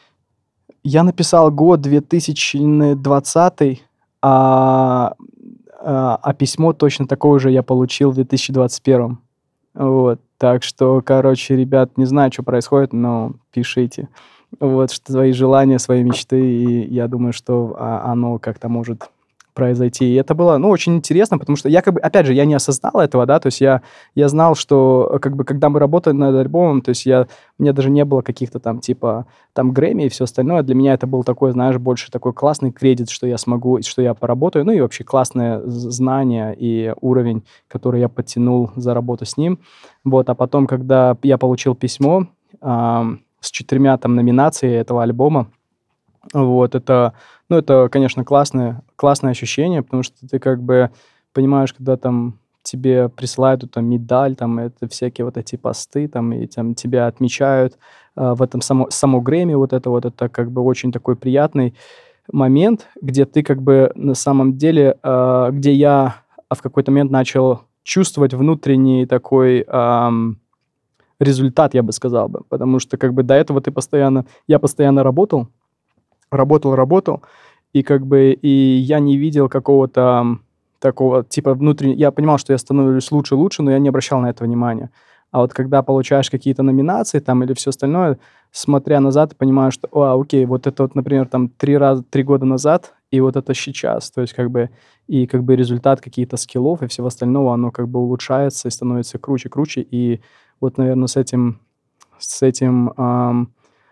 я написал год две тысячи двадцатый, а, а, а письмо точно такое же я получил в две тысячи двадцать первом. Вот. Так что, короче, ребят, не знаю, что происходит, но пишите. Вот, что свои желания, свои мечты, и я думаю, что а, оно как-то может произойти. И это было, ну, очень интересно, потому что я как бы, опять же, я не осознал этого, да, то есть я, я знал, что э, как бы, когда мы работали над альбомом, то есть я, у меня даже не было каких-то там, типа, там, Грэмми и все остальное. Для меня это был такой, знаешь, больше такой классный кредит, что я смогу, что я поработаю, ну, и вообще классное з- знание и уровень, который я подтянул за работу с ним. Вот, а потом, когда я получил письмо ам, с четырьмя там номинациями этого альбома, вот, это, ну, это, конечно, классное, классное ощущение, потому что ты как бы понимаешь, когда там тебе присылают эту там медаль, там, это всякие вот эти посты, там, и там тебя отмечают а, в этом само, само Грэмми, вот это вот, это как бы очень такой приятный момент, где ты как бы на самом деле, а, где я а, в какой-то момент начал чувствовать внутренний такой ам, результат, я бы сказал бы, потому что как бы до этого ты постоянно, я постоянно работал, работал, работал, и как бы и я не видел какого-то м, такого типа внутреннего. Я понимал, что я становлюсь лучше, лучше, но я не обращал на это внимания. А вот когда получаешь какие-то номинации там или все остальное, смотря назад, ты понимаешь, что, а, окей, вот это вот, например, там три раза, три года назад, и вот это сейчас, то есть как бы и как бы результат каких-то скиллов и всего остального, оно как бы улучшается и становится круче, круче, и вот, наверное, с этим, с этим ам,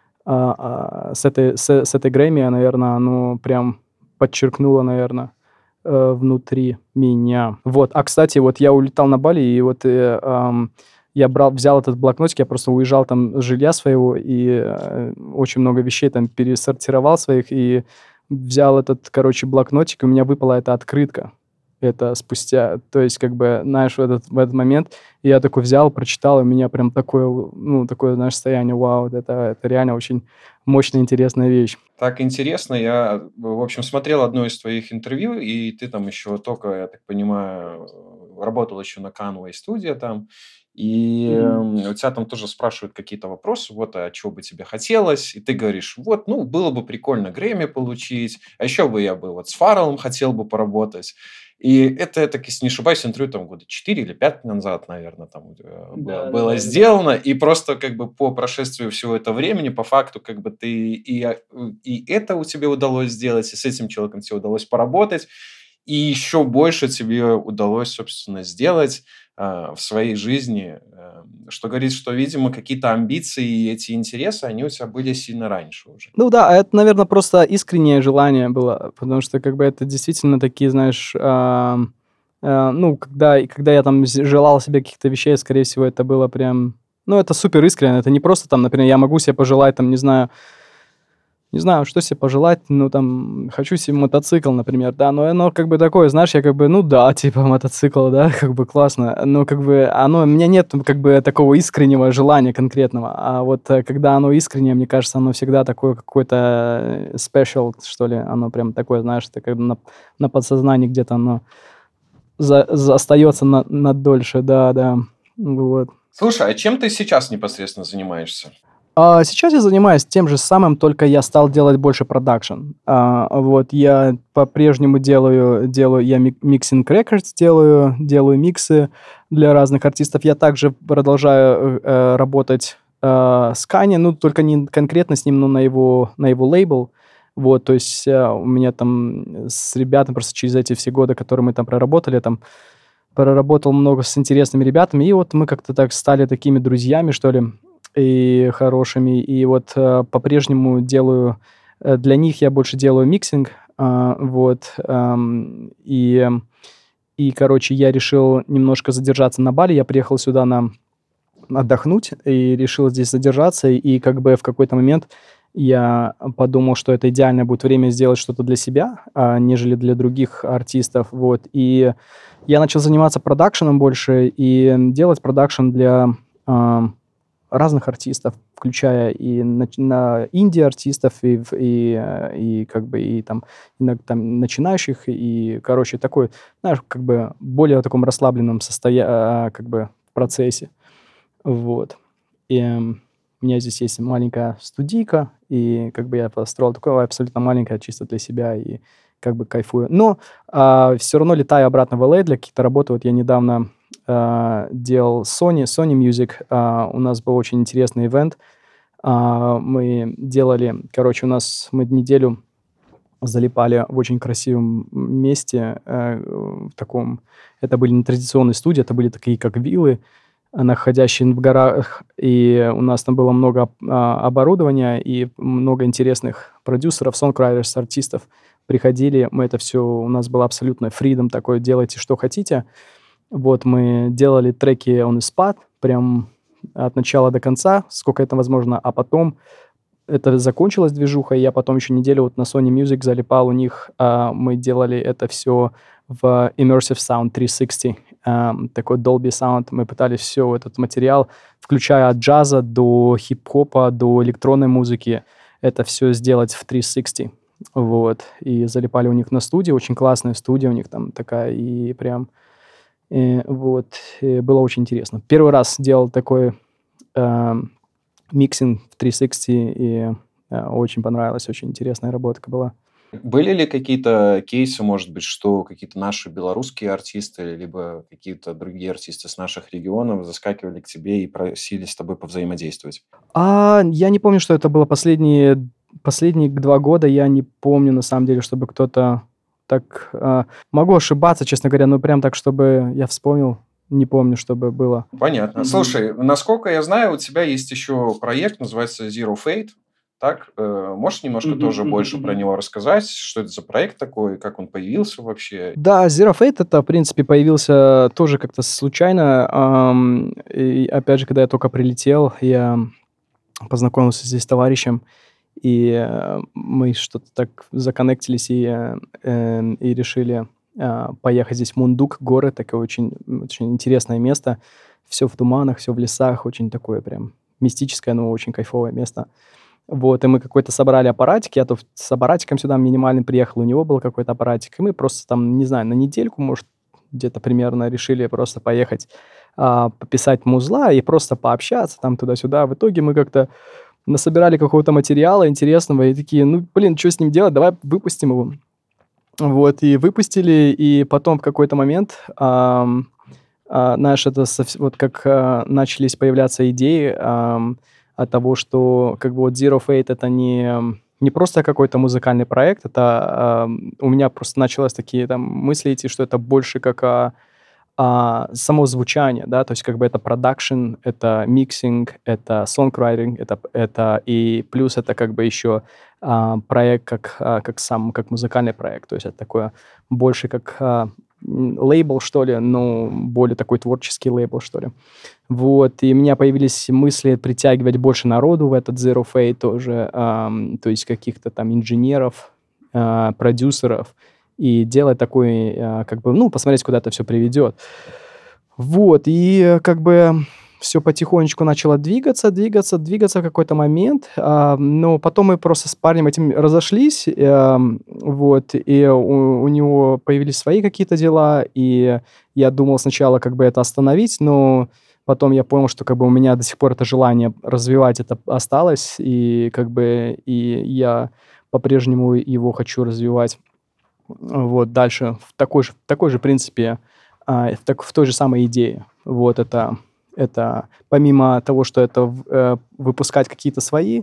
а, а, с этой, с, с этой Грэмми, наверное, оно прям подчеркнуло, наверное, э, внутри меня. Вот. А, кстати, вот я улетал на Бали, и вот э, ам, я брал, взял этот блокнотик, я просто уезжал там с жилья своего, и э, очень много вещей там пересортировал своих, и взял этот, короче, блокнотик, и у меня выпала эта открытка. Это спустя, то есть, как бы, знаешь, в этот, в этот момент и я такой взял, прочитал, и у меня прям такое, ну, такое, знаешь, состояние, вау, вот это, это реально очень мощная, интересная вещь. Так интересно. Я, в общем, смотрел одно из твоих интервью, и ты там еще только, я так понимаю, э, работал еще на Conway студия там. И Мгм. м, у тебя там тоже спрашивают какие-то вопросы, вот, а чего бы тебе хотелось? И ты говоришь, вот, ну, было бы прикольно Грэмми получить, а еще бы я бы вот с Фарреллом хотел бы поработать. И это, я так, если не ошибаюсь, интервью там года четыре или пять назад, наверное, там э, было, Да, да, было да, да. сделано. И просто как бы по прошествию всего этого времени, по факту, как бы ты и, а, и это у тебя удалось сделать, и с этим человеком тебе удалось поработать, и еще больше тебе удалось, собственно, сделать а, в своей жизни, а, что говорит, что, видимо, какие-то амбиции и эти интересы, они у тебя были сильно раньше уже. Ну да, а это, наверное, просто искреннее желание было, потому что как бы это действительно такие, знаешь, ам, а, ну, когда, и когда я там з- желал себе каких-то вещей, скорее всего, это было прям, ну, это супер искренне, это не просто там, например, я могу себе пожелать, там, не знаю, Не знаю, что себе пожелать. Ну, там, хочу себе мотоцикл, например, да, но оно как бы такое, знаешь, я как бы, ну да, типа мотоцикл, да, как бы классно, но как бы оно, у меня нет как бы такого искреннего желания конкретного, а вот э, когда оно искреннее, мне кажется, оно всегда такое какое-то э, special, что ли, оно прям такое, знаешь, это как на, на подсознании где-то оно за, за- остается на, на дольше, да, да, вот. Слушай, а чем ты сейчас непосредственно занимаешься? А, сейчас я занимаюсь тем же самым, только я стал делать больше продакшн. А, вот я по-прежнему делаю, делаю я ми- миксинг рекордс делаю, делаю миксы для разных артистов. Я также продолжаю э, э, работать э, с Kanye, ну только не конкретно с ним, но на его на его лейбл. Вот, то есть э, у меня там с ребятами просто через эти все годы, которые мы там проработали, там проработал много с интересными ребятами, и вот мы как-то так стали такими друзьями, что ли, и хорошими. И вот э, по-прежнему делаю, э, для них я больше делаю миксинг, а, вот, ам, и, и, короче, я решил немножко задержаться на Бали, я приехал сюда на отдохнуть и решил здесь задержаться, и как бы в какой-то момент я подумал, что это идеальное будет время сделать что-то для себя, а, нежели для других артистов, вот. И я начал заниматься продакшеном больше и делать продакшн для а, разных артистов, включая и нач- на инди-артистов, и, в- и, э, и как бы и там, и на- там начинающих, и, короче, такой, знаешь, как бы более в таком расслабленном состоянии, как бы в процессе. Вот. И, м, у меня здесь есть маленькая студийка, и как бы я построил такое абсолютно маленькое чисто для себя, и как бы кайфую. Но а, все равно летаю обратно в Л А для каких-то работы. Вот я недавно а, делал Sony, Sony Music. А, у нас был очень интересный ивент. А, мы делали, короче, у нас мы неделю залипали в очень красивом месте, э, в таком... Это были не традиционные студии, это были такие, как виллы, э, находящие в горах, и у нас там было много а, оборудования и много интересных продюсеров, сонграйтеров, артистов. Приходили, мы это все... У нас был абсолютно freedom такой, делайте, что хотите. Вот, мы делали треки on the spot, прям от начала до конца, сколько это возможно, а потом это закончилась движуха, и я потом еще неделю вот на Sony Music залипал у них. А, мы делали это все в Immersive Sound триста шестьдесят, а, такой Dolby Sound. Мы пытались все этот материал, включая от джаза до хип-хопа, до электронной музыки, это все сделать в триста шестьдесят. Вот. И залипали у них на студии, очень классная студия у них там такая, и прям... И, вот. И было очень интересно. Первый раз делал такой... А, миксинг в триста шестьдесят, и э, очень понравилось, очень интересная работа была. Были ли какие-то кейсы, может быть, что какие-то наши белорусские артисты, либо какие-то другие артисты с наших регионов заскакивали к тебе и просили с тобой повзаимодействовать? А, я не помню, что это было последние, последние два года, я не помню, на самом деле, чтобы кто-то так... А, могу ошибаться, честно говоря, но прям так, чтобы я вспомнил, не помню, чтобы было. Понятно. Слушай, насколько я знаю, у тебя есть еще проект, называется Zero Fate. Так, э, можешь немножко Мгм, тоже мгм, больше мгм. про него рассказать? Что это за проект такой, как он появился вообще? Да, Zero Fate это, в принципе, появился тоже как-то случайно. ам, и опять же, когда я только прилетел, я познакомился здесь с товарищем, и э, мы что-то так законнектились и, э, э, и решили э, поехать здесь в Мундук, горы, такое очень, очень интересное место. Все в туманах, все в лесах, очень такое прям мистическое, но очень кайфовое место. Вот, и мы какой-то собрали аппаратик, я тут с аппаратиком сюда минимальным приехал, у него был какой-то аппаратик, и мы просто там, не знаю, на недельку, может, где-то примерно решили просто поехать а, пописать музла и просто пообщаться там туда-сюда. В итоге мы как-то насобирали какого-то материала интересного и такие, ну, блин, что с ним делать, давай выпустим его. Вот, и выпустили, и потом в какой-то момент, ам, а, знаешь, это совс- вот как а, начались появляться идеи ам, от того, что как бы вот Zero Fate это не, м, не просто какой-то музыкальный проект, это ам, у меня просто началось такие там мысли идти, что это больше как а, а, само звучание, да, то есть как бы это продакшн, это миксинг, это сонграйтинг, это, это и плюс это как бы еще а, проект как, а, как сам, как музыкальный проект, то есть это такое больше как а, м, лейбл, что ли, но более такой творческий лейбл, что ли. Вот, и у меня появились мысли притягивать больше народу в этот Zero Fate тоже, ам, то есть каких-то там инженеров, а, продюсеров, и делать такой, а, как бы, ну, посмотреть, куда это все приведет. Вот, и э, как бы все потихонечку начало двигаться, двигаться, двигаться в какой-то момент. А, но потом мы просто с парнем этим разошлись, эм, вот, и у, у него появились свои какие-то дела, и я думал сначала как бы это остановить, но потом я понял, что как бы у меня до сих пор это желание развивать это осталось, и как бы и я по-прежнему его хочу развивать. Вот дальше в такой же, в такой же принципе, а, в, так, в той же самой идее. Вот это, это помимо того, что это в- э, выпускать какие-то свои,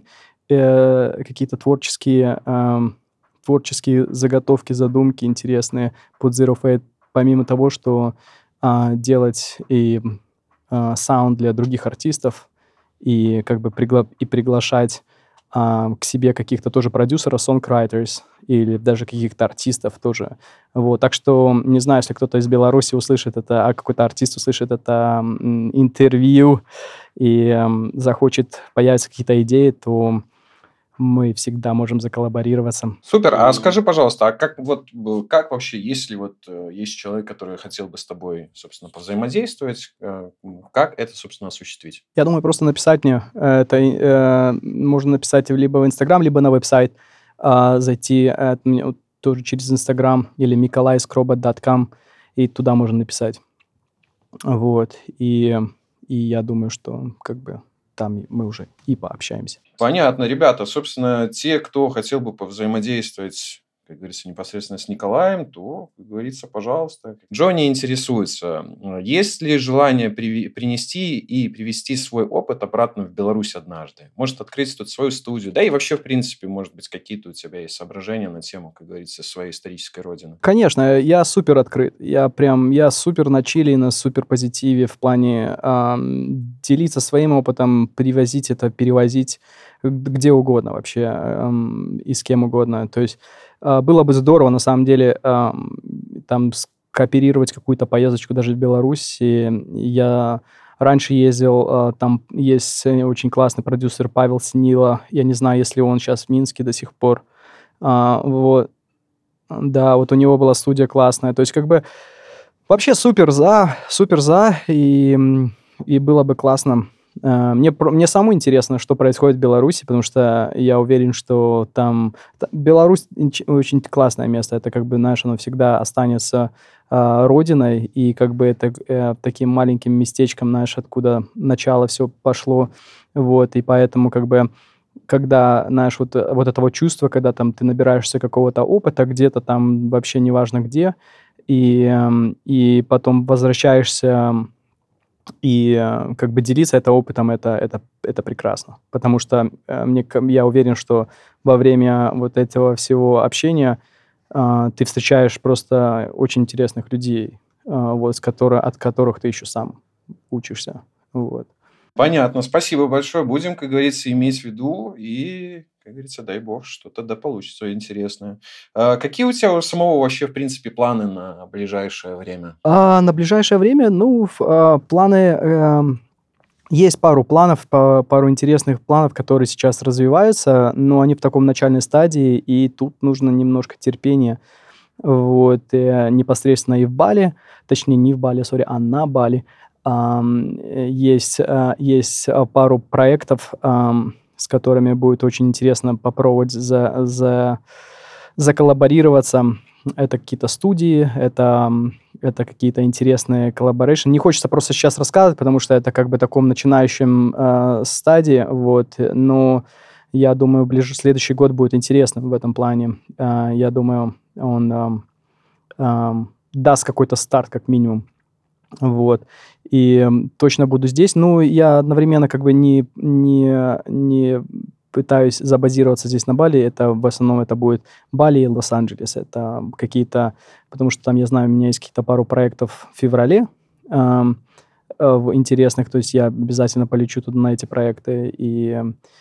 э, какие-то творческие, ам, творческие заготовки, задумки интересные под Zero Fate, помимо того, что а, делать и а, саунд для других артистов, и как бы пригла- и приглашать а, к себе каких-то тоже продюсеров, songwriters или даже каких-то артистов тоже. Вот. Так что не знаю, если кто-то из Беларуси услышит это, а какой-то артист услышит это м, интервью и м, захочет, появятся какие-то идеи, то мы всегда можем заколлаборироваться. Супер. А скажи, пожалуйста, а как вот э, как вообще, если вот э, есть человек, который хотел бы с тобой, собственно, повзаимодействовать, э, м, как это, собственно, осуществить? Я думаю, просто написать мне. э, Это э, можно написать либо в Инстаграм, либо на веб-сайт. а, зайти э, мне вот тоже через Инстаграм или миколайскробот точка ком, и туда можно написать. Вот. И, и я думаю, что как бы там мы уже и пообщаемся. Понятно, ребята. Собственно, те, кто хотел бы повзаимодействовать как говорится, непосредственно с Николаем, то, как говорится, пожалуйста. Джонни интересуется, есть ли желание при- принести и привести свой опыт обратно в Беларусь однажды? Может открыть тут свою студию? Да и вообще, в принципе, может быть, какие-то у тебя есть соображения на тему, как говорится, своей исторической родины? Конечно, я супер открыт. Я прям, я супер на чили и на супер позитиве в плане ам, делиться своим опытом, привозить это, перевозить где угодно вообще ам, и с кем угодно. То есть а, было бы здорово, на самом деле, ам, там скооперировать какую-то поездочку даже в Беларусь. И я раньше ездил, а, там есть очень классный продюсер Павел Снила. Я не знаю, если он сейчас в Минске до сих пор. А, вот. Да, вот у него была студия классная. То есть как бы вообще супер за, супер за, и, м, и было бы классно. Э, Мне, про- мне самому интересно, что происходит в Беларуси, потому что я уверен, что там... та- Беларусь инч- очень классное место. Это как бы, знаешь, оно всегда останется а, родиной, и как бы это э, таким маленьким местечком, знаешь, откуда начало все пошло. Вот, и поэтому как бы когда, знаешь, вот, э, вот этого чувства, когда там ты набираешься какого-то опыта где-то там, вообще неважно где, и, эм, и потом возвращаешься и э, как бы делиться это опытом, это, это, это прекрасно. Потому что э, мне, ка- я уверен, что во время вот этого всего общения а, ты встречаешь просто очень интересных людей, а, вот, с которо- от которых ты еще сам учишься. Вот. Понятно, спасибо большое. Будем, как говорится, иметь в виду и, как говорится, дай бог, что-то да получится интересное. А какие у тебя у самого вообще, в принципе, планы на ближайшее время? А на ближайшее время, ну, ф- а, планы, эм, есть пару планов, па- пару интересных планов, которые сейчас развиваются, но они в таком начальной стадии, и тут нужно немножко терпения. Вот, э, непосредственно и в Бали, точнее, не в Бали, сори, а на Бали, ам, э, есть, а, есть а, пару проектов, ам, с которыми будет очень интересно попробовать за, за, заколлаборироваться. Это какие-то студии, это, м, это какие-то интересные коллаборейшн. Не хочется просто сейчас рассказывать, потому что это как бы таком начинающем э, стадии, вот, но я думаю, ближе следующий год будет интересным в этом плане. Э, я думаю, он ам, ам, даст какой-то старт, как минимум. Вот. И м, точно буду здесь. Ну, я одновременно как бы не, не, не пытаюсь забазироваться здесь на Бали. Это в основном это будет Бали и Лос-Анджелес. Это какие-то... Потому что там, я знаю, у меня есть какие-то пару проектов в феврале ам, э, в- интересных. То есть я обязательно полечу туда на эти проекты. И,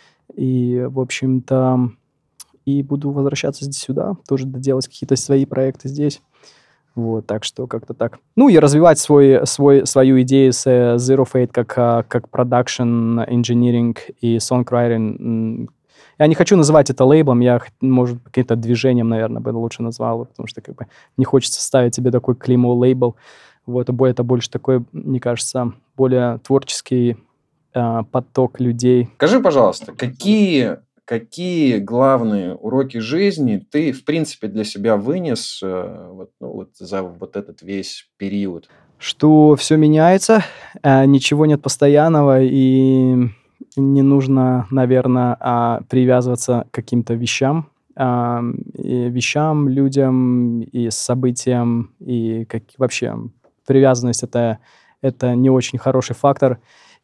и в общем-то, и буду возвращаться здесь сюда. Тоже доделать какие-то свои проекты здесь. Вот, так что как-то так. Ну и развивать свой, свой, свою идею с э, Zero Fate как, а, как production, engineering и songwriting. М, Я не хочу называть это лейблом, я, х- может, каким-то движением, наверное, бы лучше назвал, потому что как бы не хочется ставить себе такой клеймо лейбл. Вот, а бо- это больше такой, мне кажется, более творческий а, поток людей. Скажи, пожалуйста, какие, какие главные уроки жизни ты, в принципе, для себя вынес э, вот, ну, вот за вот этот весь период? Что все меняется, э, ничего нет постоянного, и не нужно, наверное, привязываться к каким-то вещам, ам, и вещам, людям и событиям, и как вообще привязанность это это не очень хороший фактор.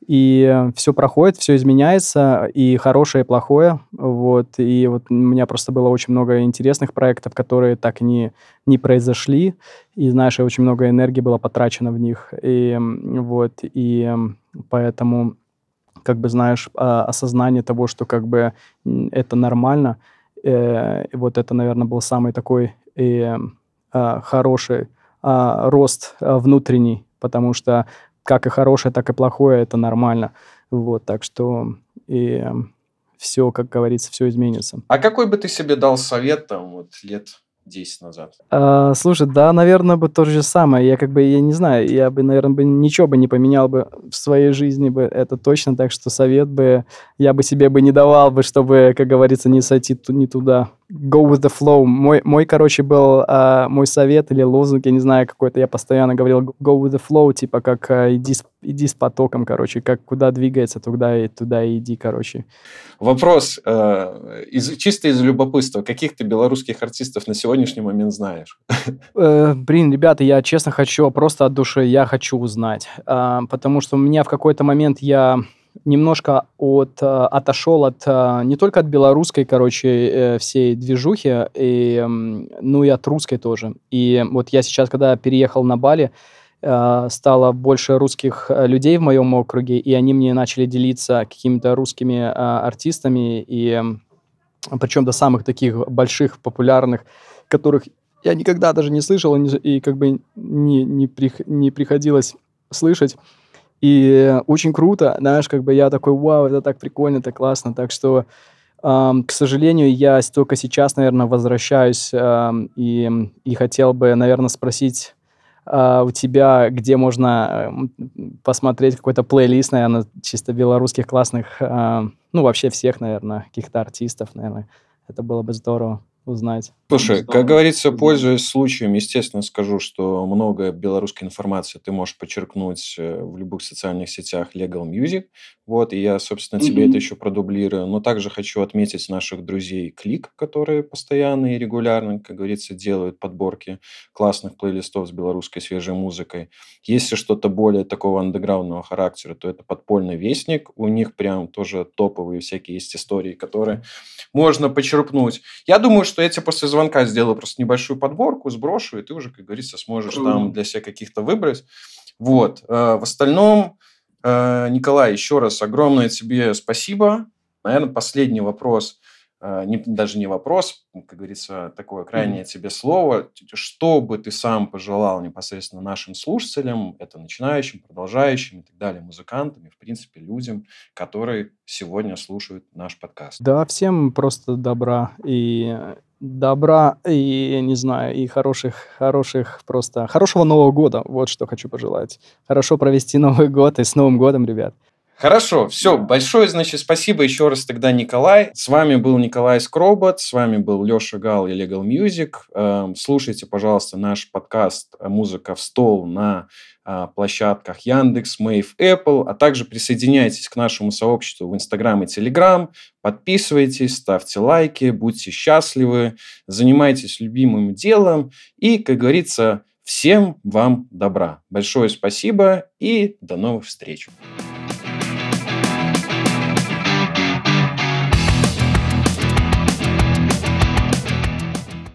И все проходит, все изменяется, и хорошее, и плохое. Вот. И вот у меня просто было очень много интересных проектов, которые так и не не произошли. И, знаешь, и очень много энергии было потрачено в них. И м, вот, и м, поэтому, как бы, знаешь, а, осознание того, что как бы м, это нормально, э, и вот это, наверное, был самый такой э, а, хороший а, рост а, внутренний, потому что как и хорошее, так и плохое это нормально. Вот, так что и все, как говорится, все изменится. А какой бы ты себе дал совет там вот лет десять назад? А, слушай, да, наверное, бы то же самое. Я как бы, я не знаю, я бы, наверное, бы ничего бы не поменял бы в своей жизни бы, это точно, так что совет бы я бы себе бы не давал бы, чтобы, как говорится, не сойти ту- не туда. go with the flow. Мой, мой короче, был а, мой совет или лозунг, я не знаю, какой-то, я постоянно говорил go with the flow, типа как а, иди, с, иди с потоком, короче, как куда двигается, туда и туда и иди, короче. Вопрос э, из, чисто из любопытства. Каких ты белорусских артистов на сегодняшний момент знаешь? Э, блин, ребята, я честно хочу, просто от души, я хочу узнать, а, потому что у меня в какой-то момент я немножко от, а, отошел от, а, не только от белорусской, короче, э, всей движухи, и, м, ну и от русской тоже. И вот я сейчас, когда переехал на Бали, а, стало больше русских а, людей в моем округе, и они мне начали делиться какими-то русскими а, артистами, и м, причем до самых таких больших, популярных, которых я никогда даже не слышал, и, не- и как бы не, не, прих- не приходилось слышать. И очень круто, знаешь, как бы я такой, вау, это так прикольно, так классно. Так что, ам, к сожалению, я с- только сейчас, наверное, возвращаюсь ам, и, и хотел бы, наверное, спросить а, у тебя, где можно м, посмотреть какой-то плейлист, наверное, чисто белорусских классных, а, ну, вообще всех, наверное, каких-то артистов, наверное. Это было бы здорово узнать. Слушай, как говорится, пользуясь случаем, естественно, скажу, что много белорусской информации ты можешь подчеркнуть э, в любых социальных сетях Legal Music. Вот, и я, собственно, тебе это Мгм. еще продублирую. Но также хочу отметить наших друзей Клик, которые постоянно и регулярно, как говорится, делают подборки классных плейлистов с белорусской свежей музыкой. Если что-то более такого андеграундного характера, то это Подпольный Вестник. У них прям тоже топовые всякие есть истории, которые можно почерпнуть. Я думаю, что я тебе после звонка сделаю просто небольшую подборку, сброшу, и ты уже, как говорится, сможешь там для себя каких-то выбрать. Вот. Э, В остальном, э, Николай, еще раз огромное тебе спасибо. Наверное, последний вопрос, э, не- даже не вопрос, как говорится, такое крайнее тебе слово. Что бы ты сам пожелал непосредственно нашим слушателям, это начинающим, продолжающим и так далее, музыкантам и, в принципе, людям, которые сегодня слушают наш подкаст? Да, всем просто добра и э, добра и не знаю, и хороших, хороших просто хорошего Нового года. Вот что хочу пожелать. Хорошо провести Новый год и с Новым годом, ребят. Хорошо, все, большое, значит, спасибо еще раз тогда, Николай. С вами был Николай Скробот, с вами был Леша Гал и Legal Music. Эм, Слушайте, пожалуйста, наш подкаст «Музыка в стол» на а, площадках Яндекс, Мэйв, Apple, а также присоединяйтесь к нашему сообществу в Инстаграм и Телеграм, подписывайтесь, ставьте лайки, будьте счастливы, занимайтесь любимым делом и, как говорится, всем вам добра. Большое спасибо и до новых встреч.